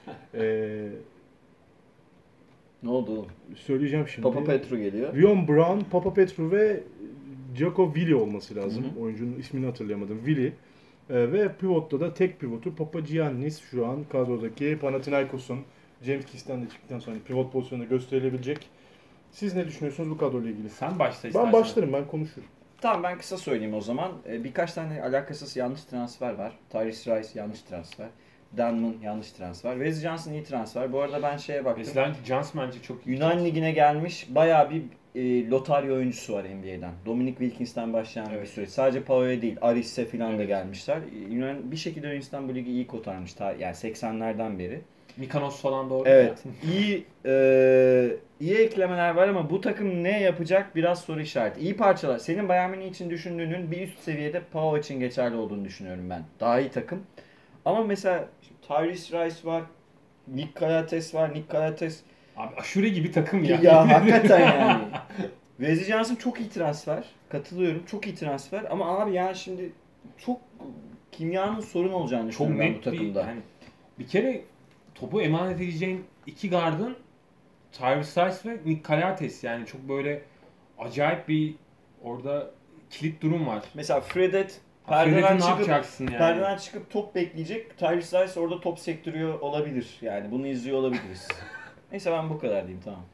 Ne oldu oğlum? söyleyeceğim şimdi. Papa Petru geliyor. Rion Brown, Papa Petru ve Jaco Willi olması lazım. Oyuncunun ismini hatırlayamadım. Willi. Ve pivotta da tek pivotu Papagiannis şu an kadrodaki Panathinaikos'un James Kiss'ten de çıktıktan sonra pivot pozisyonunda gösterilebilecek. Siz ne düşünüyorsunuz bu kadroyla ilgili? Sen başla istersen. Ben başlarım, ben konuşurum. Tamam ben kısa söyleyeyim o zaman. Birkaç tane alakasız yanlış transfer var. Tyrese Rice yanlış transfer. Dunman yanlış transfer. Wesley Johnson iyi transfer. Bu arada ben şeye baktım. Wesley Johnson bence çok iyi. Yunan Ligi'ne gelmiş bayağı bir lotarya oyuncusu var NBA'den. Dominic Wilkins'ten başlayan bir Evet. süreç. Sadece Pao'ya değil, Aris'e falan da Evet. gelmişler. Yunan bir şekilde Yunanistan bu ligi iyi kotarmış. Yani 80'lerden beri. Mikanos falan doğru. Evet. iyi eklemeler var ama bu takım ne yapacak biraz soru işareti. İyi parçalar. Senin Bayern Münih için düşündüğünün bir üst seviyede Pau için geçerli olduğunu düşünüyorum ben. Daha iyi takım. Ama mesela Tyrese Rice var. Nick Galates var. Nick Galates Abi aşure gibi takım ya. ya hakikaten yani. Wesley Johnson çok iyi transfer. Katılıyorum. Çok iyi transfer. Ama abi yani şimdi çok kimyanın sorun olacağını Çok düşünüyorum ben bu net bir takımda. yani bir kere topu emanet edeceğin iki gardın Tyrese Rice ve Nick Galates, yani çok böyle acayip bir orada kilit durum var. Mesela Fredet Fredet'i perdeden ne çıkıp yapacaksın yani? perdeden çıkıp top bekleyecek. Tyrese Rice orada top sektiriyor olabilir. Yani bunu izliyor olabiliriz. Neyse ben bu kadar diyeyim, tamam.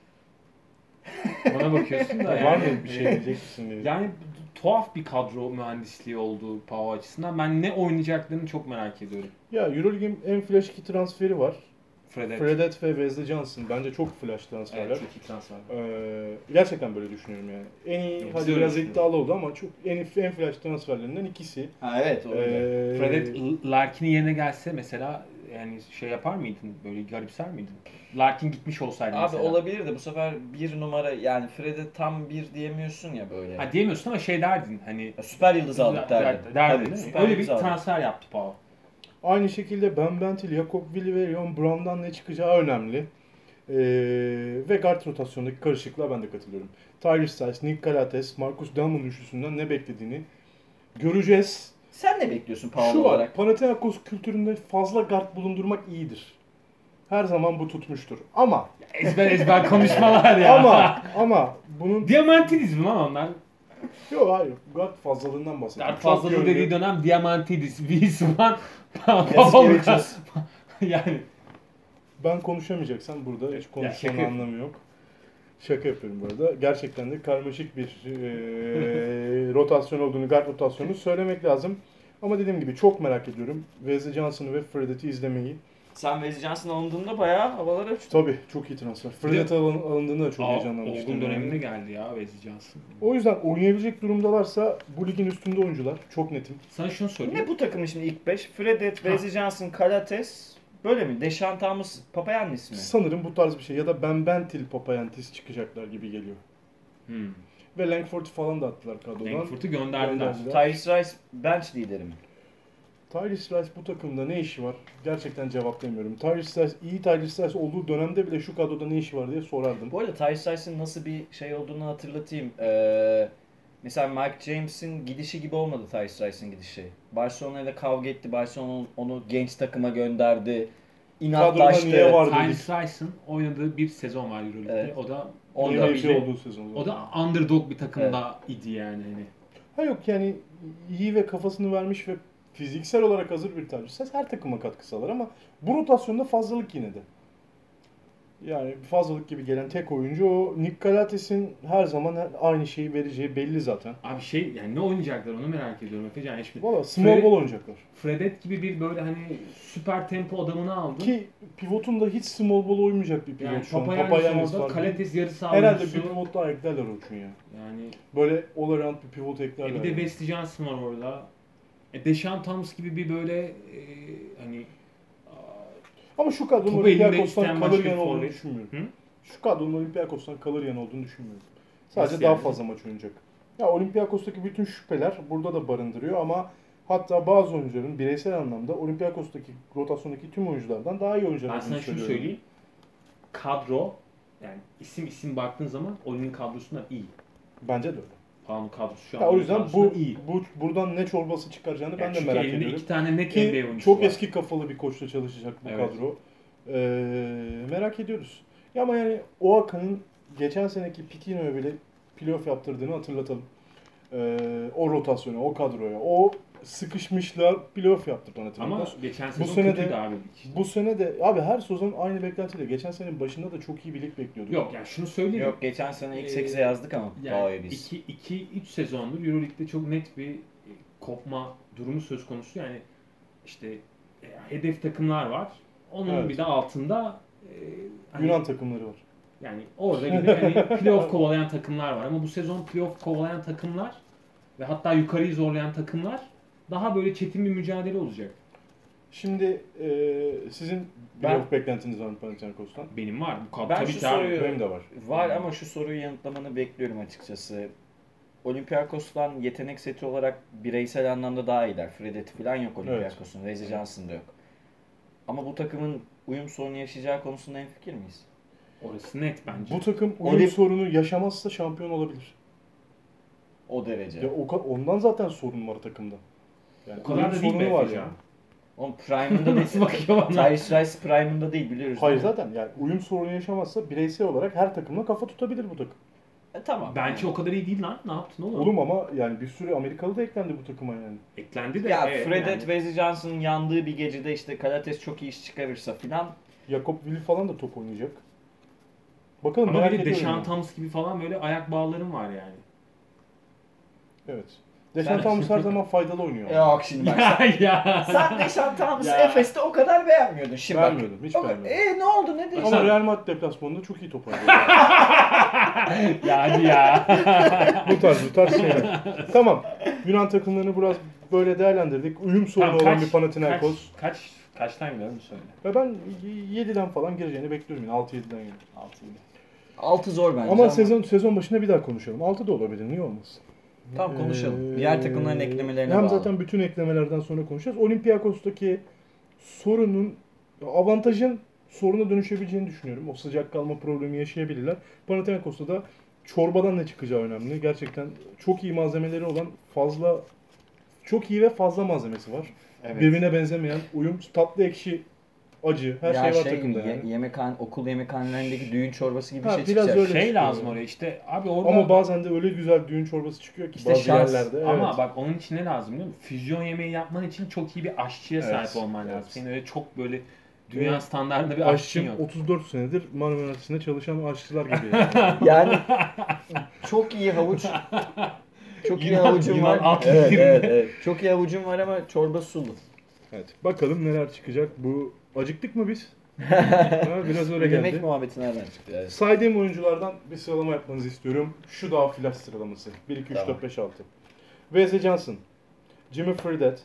Bana bakıyorsun da Var yani. mı bir şey diyecek misin diye. Yani tuhaf bir kadro mühendisliği oldu Pau açısından. Ben ne oynayacaklarını çok merak ediyorum. Ya Euroleague'in en flash 2 transferi var. Fredet. Fredet ve Wesley Johnson. Bence çok flash transferler. Evet, çok iyi transfer. Gerçekten böyle düşünüyorum yani. En iyi, Biz hadi öyle biraz düşünüyoruz. iddialı oldu ama çok en flash transferlerinden ikisi. Ha evet, öyle. Fredet Larkin'in yerine gelse mesela yani şey yapar mıydın? Böyle garipser miydin? Larkin gitmiş olsaydı Abi mesela. olabilir de bu sefer bir numara, yani Fredet tam bir diyemiyorsun ya böyle. Ha diyemiyorsun ama şey derdin hani Ya süper yıldız aldık derdin. derdin Tabii, değil mi? süper Öyle bir yıldız aldık. transfer yaptı Pau. Aynı şekilde Ben Bentil, Jakob Williveron, Brown'dan ne çıkacağı önemli. Ve guard rotasyondaki karışıklığa ben de katılıyorum. Tyrese Rice, Nick Calates, Marcus Dunlap'ın üçlüsünden ne beklediğini göreceğiz. Sen ne bekliyorsun Paul Şu var, olarak? Panathinaikos kültüründe fazla guard bulundurmak iyidir. Her zaman bu tutmuştur. Ama Ezber konuşmalar ya. ama bunun Diamantidis mi lan onlar? yok hayır, guard fazlalığından bahsediyorum. Dert fazlalığı Çok yönlü. dediği dönem Diamantidis, Wilson, Yasikevicius. yani Ben konuşamayacaksam burada hiç konuşmanın şaka anlamı yok. Şaka yapıyorum bu arada. Gerçekten de karmaşık bir rotasyon olduğunu, guard rotasyonunu söylemek lazım. Ama dediğim gibi çok merak ediyorum. Wesley Johnson'ı ve Fredet'i izlemeyi. Sen Wesley Johnson alındığında bayağı havalara uçtun. Tabii çok iyi transfer. Fredet alındığında da çok heyecanlanmıştım. olgun yani. döneminde geldi ya Wesley Johnson. O yüzden oynayabilecek durumdalarsa bu ligin üstünde oyuncular. Çok netim. Sana şunu söyleyeyim. Ne bu takımın şimdi ilk 5? Fredet, Wesley Johnson, Calates, böyle mi? Deşan Thomas, Papayannis mi? Sanırım bu tarz bir şey. Ya da Ben Bentil, Papayantis çıkacaklar gibi geliyor. Hmm. Ve Langford'u falan da attılar kadrodan. Langford'u gönderdiler. Tyrese Rice bench lideri mi? Tyrese Rice bu takımda ne işi var? Gerçekten cevaplayamıyorum. Tyrese Rice, iyi Tyrese Rice olduğu dönemde bile şu kadroda ne işi var diye sorardım. Bu arada Tyrese Rice'in nasıl bir şey olduğunu hatırlatayım. Mesela Mike James'in gidişi gibi olmadı Tyrese Rice'in gidişi. Barcelona ile kavga etti. Barcelona onu genç takıma gönderdi. İnatlaştı. Kadroda niye var dedik. Tyrese Rice'ın oynadığı bir sezon var Euroleague'de. Evet. O da Onda MVP bir de- olduğu sezon. o da underdog bir takımda idi yani. Hani. Ha yok yani iyi ve kafasını vermiş ve fiziksel olarak hazır bir Tyrese Rice her takıma katkı sağlar ama bu rotasyonda fazlalık yine de. Yani fazlalık gibi gelen tek oyuncu o. Nick Calates'in her zaman aynı şeyi vereceği belli zaten. Abi şey yani ne oynayacaklar onu merak ediyorum Efecan. Yani şimdi Valla small ball oynayacaklar. Fredet gibi bir böyle hani süper tempo adamını aldı. Ki pivotun da hiç small ball oymayacak bir pivot yani şu an. Papayannis orada, var. Kalates yarı saha Herhalde oyuncusu. bir pivot daha eklerler Orçun ya. Yani Böyle all around bir pivot eklerler. bir de yani. Wesley Johnson var orada. Deşan Thomas gibi bir böyle hani Ama şu kadronun topu elinde Olympiakos'tan isteyen kalır başka bir yan olduğunu forvet. düşünmüyorum. Hı? Şu kadronun Olympiakos'tan kalır yan olduğunu düşünmüyorum. Sadece Nasıl daha yani? fazla maç oynayacak. Ya Olympiakos'taki bütün şüpheler burada da barındırıyor ama hatta bazı oyuncuların bireysel anlamda Olympiakos'taki rotasyondaki tüm oyunculardan daha iyi oyuncular Ben olduğunu sana şunu söylüyorum. söyleyeyim. Kadro yani isim baktığın zaman oyunun kadrosundan iyi. Bence de öyle. Puan'ın kadrosu şu an Ya o oyunun yüzden kadrosundan iyi. buradan ne çorbası çıkaracağını Yani ben de çünkü merak elinde ediyorum. iki tane net Ki NBA oyuncusu çok var. eski kafalı bir koçla çalışacak bu Evet. kadro. Merak ediyoruz. Ya ama yani Oaka'nın geçen seneki Pitino'ya bile playoff yaptırdığını hatırlatalım. O rotasyona, o kadroya, o sıkışmışlar playoff yaptı Ama Panathinaikos. geçen sezon sene de- kötüydü abi. Bu sene de abi her sezon aynı beklentiyle. Geçen senenin başında da çok iyi bir lig bekliyorduk. Yok yani şunu söyleyeyim. Yok, geçen sene ilk 8'e yazdık ama Yani yani biz. 2-3 sezondur Euroleague'de çok net bir kopma durumu söz konusu. Yani işte hedef takımlar var. Onun Evet. bir de altında hani Yunan takımları var. yani orada gibi hani playoff kovalayan takımlar var. Ama bu sezon playoff kovalayan takımlar ve hatta yukarıyı zorlayan takımlar daha böyle çetin bir mücadele olacak. Şimdi sizin playoff beklentiniz var mı Panathinaikos'tan? Benim var. Bu kadro Ben tabii şu ki abi. soruyu- Benim de var. Var ama şu soruyu yanıtlamanı bekliyorum açıkçası. Olympiakos'tan yetenek seti olarak bireysel anlamda daha iyiler. Fredet falan yok Olympiakos'un. Wesley Johnson da yok. Ama bu takımın uyum sorunu yaşayacağı konusunda hemfikir miyiz? Orası net bence. Bu takım uyum sorunu yaşamazsa şampiyon olabilir. O derece. Ya ondan zaten sorun var takımda. Yani O kadar da uyum değil sorunu be var Efecan. yani. Onun prime'ında Nasıl değil. bakıyor bana? Tyrese Rice prime'ında değil biliyoruz. Hayır değil mi? zaten yani uyum sorunu yaşamazsa bireysel olarak her takımla kafa tutabilir bu takım. Tamam. Bence o kadar iyi değil lan. Ne yaptın oğlum? Oğlum ama yani bir sürü Amerikalı da eklendi bu takıma yani. Eklendi de. Ya yani. Wesley Johnson'ın yandığı bir gecede işte Kalates çok iyi iş çıkarırsa filan. Jakob Willi falan da top oynayacak. Bakalım Ama merak bir de ediyorum. Deşan yani. Thomas gibi falan böyle ayak bağlarım var yani. Evet. Deşan Thomas her zaman faydalı oynuyor. Yok şimdi bak sen, ya. sen Deşan Thomas'ı Ya. Efes'te o kadar beğenmiyordun şimdi bak. Beğenmiyordum, hiç beğenmiyordum. Ne oldu ne diyorsun? Ama Real Madrid deplasmanında çok iyi top oynuyor. Ya hadi ya. bu tarz şeyler. Tamam. Yunan takımlarını biraz böyle değerlendirdik. Uyum sorunu olan bir Panathinaikos. Kaçtan gidiyor mu söyle? Ve ben 7'den falan gireceğini bekliyorum yine. 6-7'den yani. 6 zor bence Ama sezon başında bir daha konuşalım. 6 da olabilir. Niye olmasın? Tamam konuşalım. Diğer takımların eklemelerine Hem bağlı. zaten bütün eklemelerden sonra konuşacağız. Olympiakos'taki sorunun, avantajın soruna dönüşebileceğini düşünüyorum. O sıcak kalma problemi yaşayabilirler. Panathinaikos'ta da çorbadan ne çıkacağı önemli. Gerçekten çok iyi malzemeleri olan çok iyi ve fazla malzemesi var. Evet. Birbirine benzemeyen uyum, tatlı ekşi, acı her ya şey var şey takımda gibi, yani. okul yemekhanelerindeki düğün çorbası gibi Ha, bir şey biraz çıkacak. öyle. Şey çıkıyor. lazım oraya işte abi orada. Ama bazen de öyle güzel düğün çorbası çıkıyor ki İşte bazı şans. yerlerde. Ama Evet. bak onun için ne lazım biliyor musun? Füzyon yemeği yapman için çok iyi bir aşçıya Evet, sahip olman lazım. evet. Senin öyle çok böyle dünya Evet. standartında bir aşçın Aşçım yok. 34 senedir Marmara Üniversitesi'nde çalışan aşçılar gibi. Yani çok iyi havuç. Çok iyi Yunan- havucum Yunan var. alt Evet, liginde. evet. Çok iyi havucum var ama çorba sulu. Evet. Bakalım neler çıkacak. Bu acıktık mı biz? Ha, biraz öyle Yemek geldi. muhabbeti nereden çıktı? Evet. Saydığım oyunculardan bir sıralama yapmanızı istiyorum. Şu daha flash sıralaması. 1, 2, 3, Tamam. 4, 5, 6. Wesley Johnson. Jimmy Fredette.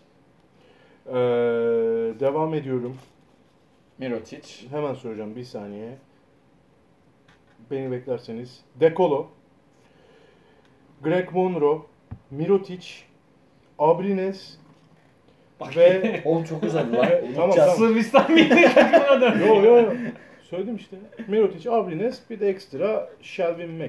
Devam ediyorum. Mirotic. Hemen söyleyeceğim bir saniye. Beni beklerseniz. Dekolo. Greg Monroe. Mirotic. Abrines. Ve Oğlum çok uzadı lan. Tamam, Gideceğiz. Sırbistan milli takımına dön. Yo. Söyledim işte. Mirotic, Abrines, bir de ekstra Shelvin Mack.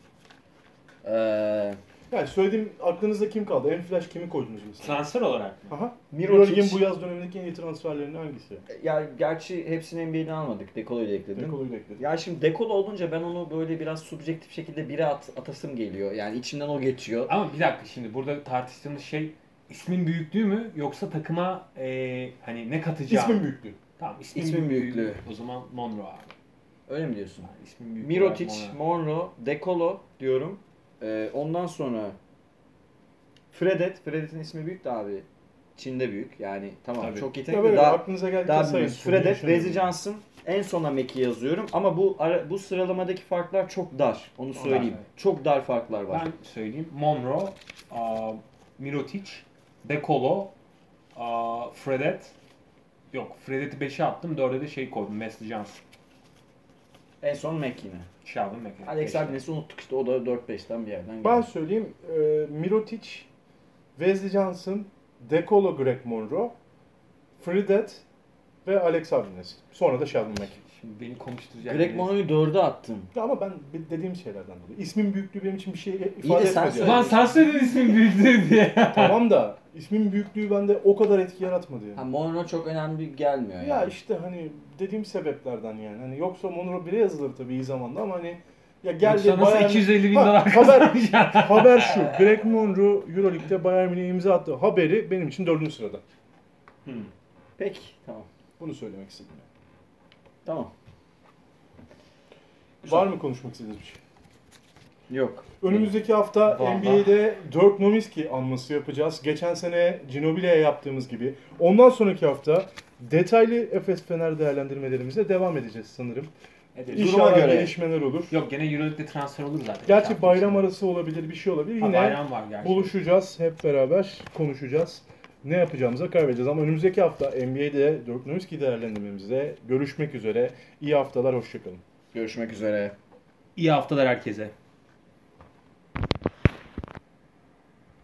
Yani söylediğim aklınızda kim kaldı? En flash kimi koydunuz mesela? Transfer olarak mı? Aha. Mirotic. Euroleague'in bu yaz dönemindeki en iyi transferlerinin hangisi? Ya gerçi hepsini NBA'den almadık. Dekolo'yu da ekledim. Dekolo'yu da ekledim. Ya şimdi Dekolo olunca ben onu böyle biraz subjektif şekilde bire atasım geliyor. Yani içimden o geçiyor. Ama bir dakika şimdi burada tartıştığımız şey ismin büyüklüğü mü yoksa takıma hani ne katacağı? İsmin büyüklüğü. Tamam İsmin büyüklüğü. O zaman Monroe abi. Öyle mi diyorsun? Yani ismin büyüklüğü Mirotic, olarak Monroe. Monroe, Dekolo diyorum. Ondan sonra Fredette'in ismi büyük de abi. Çin'de büyük. Yani tamam Tabii. çok Ya yetenekli. böyle Daha aklınıza geldikçe daha sayın. büyük. Fredette, Wesley Johnson en sona Mac'i yazıyorum ama bu sıralamadaki farklar çok dar. Onu söyleyeyim. evet. Çok dar farklar var. Ben söyleyeyim. Monroe, Mirotic, Dekolo, Fredette. Yok Fredette'i 5'e attım. 4'e de şey koydum. Wesley Johnson. En son Mac yine. Sheldon McKay. Alex Agnes'i unuttuk işte o da 4-5'ten bir yerden Ben geldi. söyleyeyim. Mirotic, Wesley Johnson, Dekolo, Greg Monroe, Fredette ve Alex Abrines. Sonra da Shelvin Mack. Şimdi beni konuşturacak. Greg Monroe'yu 4'e attım. Ya ama ben dediğim şeylerden dolayı. İsmin büyüklüğü benim için bir şey de ifade sen etmedi. söyle. Ulan sen söyledin ismin büyüklüğü diye. Tamam da ismin büyüklüğü bende o kadar etki yaratmadı yani. Ha, Monroe çok önemli gelmiyor Ya yani. işte hani dediğim sebeplerden yani. Hani yoksa Monroe 1'e yazılır tabii iyi zamanda ama hani ya geldi Yoksa nasıl Bayern- 250 bin Ha, dolar haber, kazanacak? haber şu. Greg Monroe Euroleague'de Bayern Münih'e imza attı. Haberi benim için 4. sırada. Peki tamam. Bunu söylemek istedim. Tamam. Var mı konuşmak istediğiniz bir şey? Yok. Önümüzdeki hafta Vallahi. NBA'de Dirk Nowitzki anması yapacağız. Geçen sene Ginobili'ye yaptığımız gibi. Ondan sonraki hafta detaylı Efes Fener değerlendirmelerimize devam edeceğiz sanırım. Evet. İnşallah göre. gelişmeler olur. Yok gene Euroleague'de transfer olur zaten. Gerçi bayram arası olabilir, bir şey olabilir. Ha, Yine bayram var gerçi. buluşacağız, hep beraber konuşacağız. Ne yapacağımıza karar vereceğiz. Ama önümüzdeki hafta NBA'de Dirk Nowitzki değerlendirmemizde görüşmek üzere. İyi haftalar, hoşçakalın. Görüşmek üzere. İyi haftalar herkese.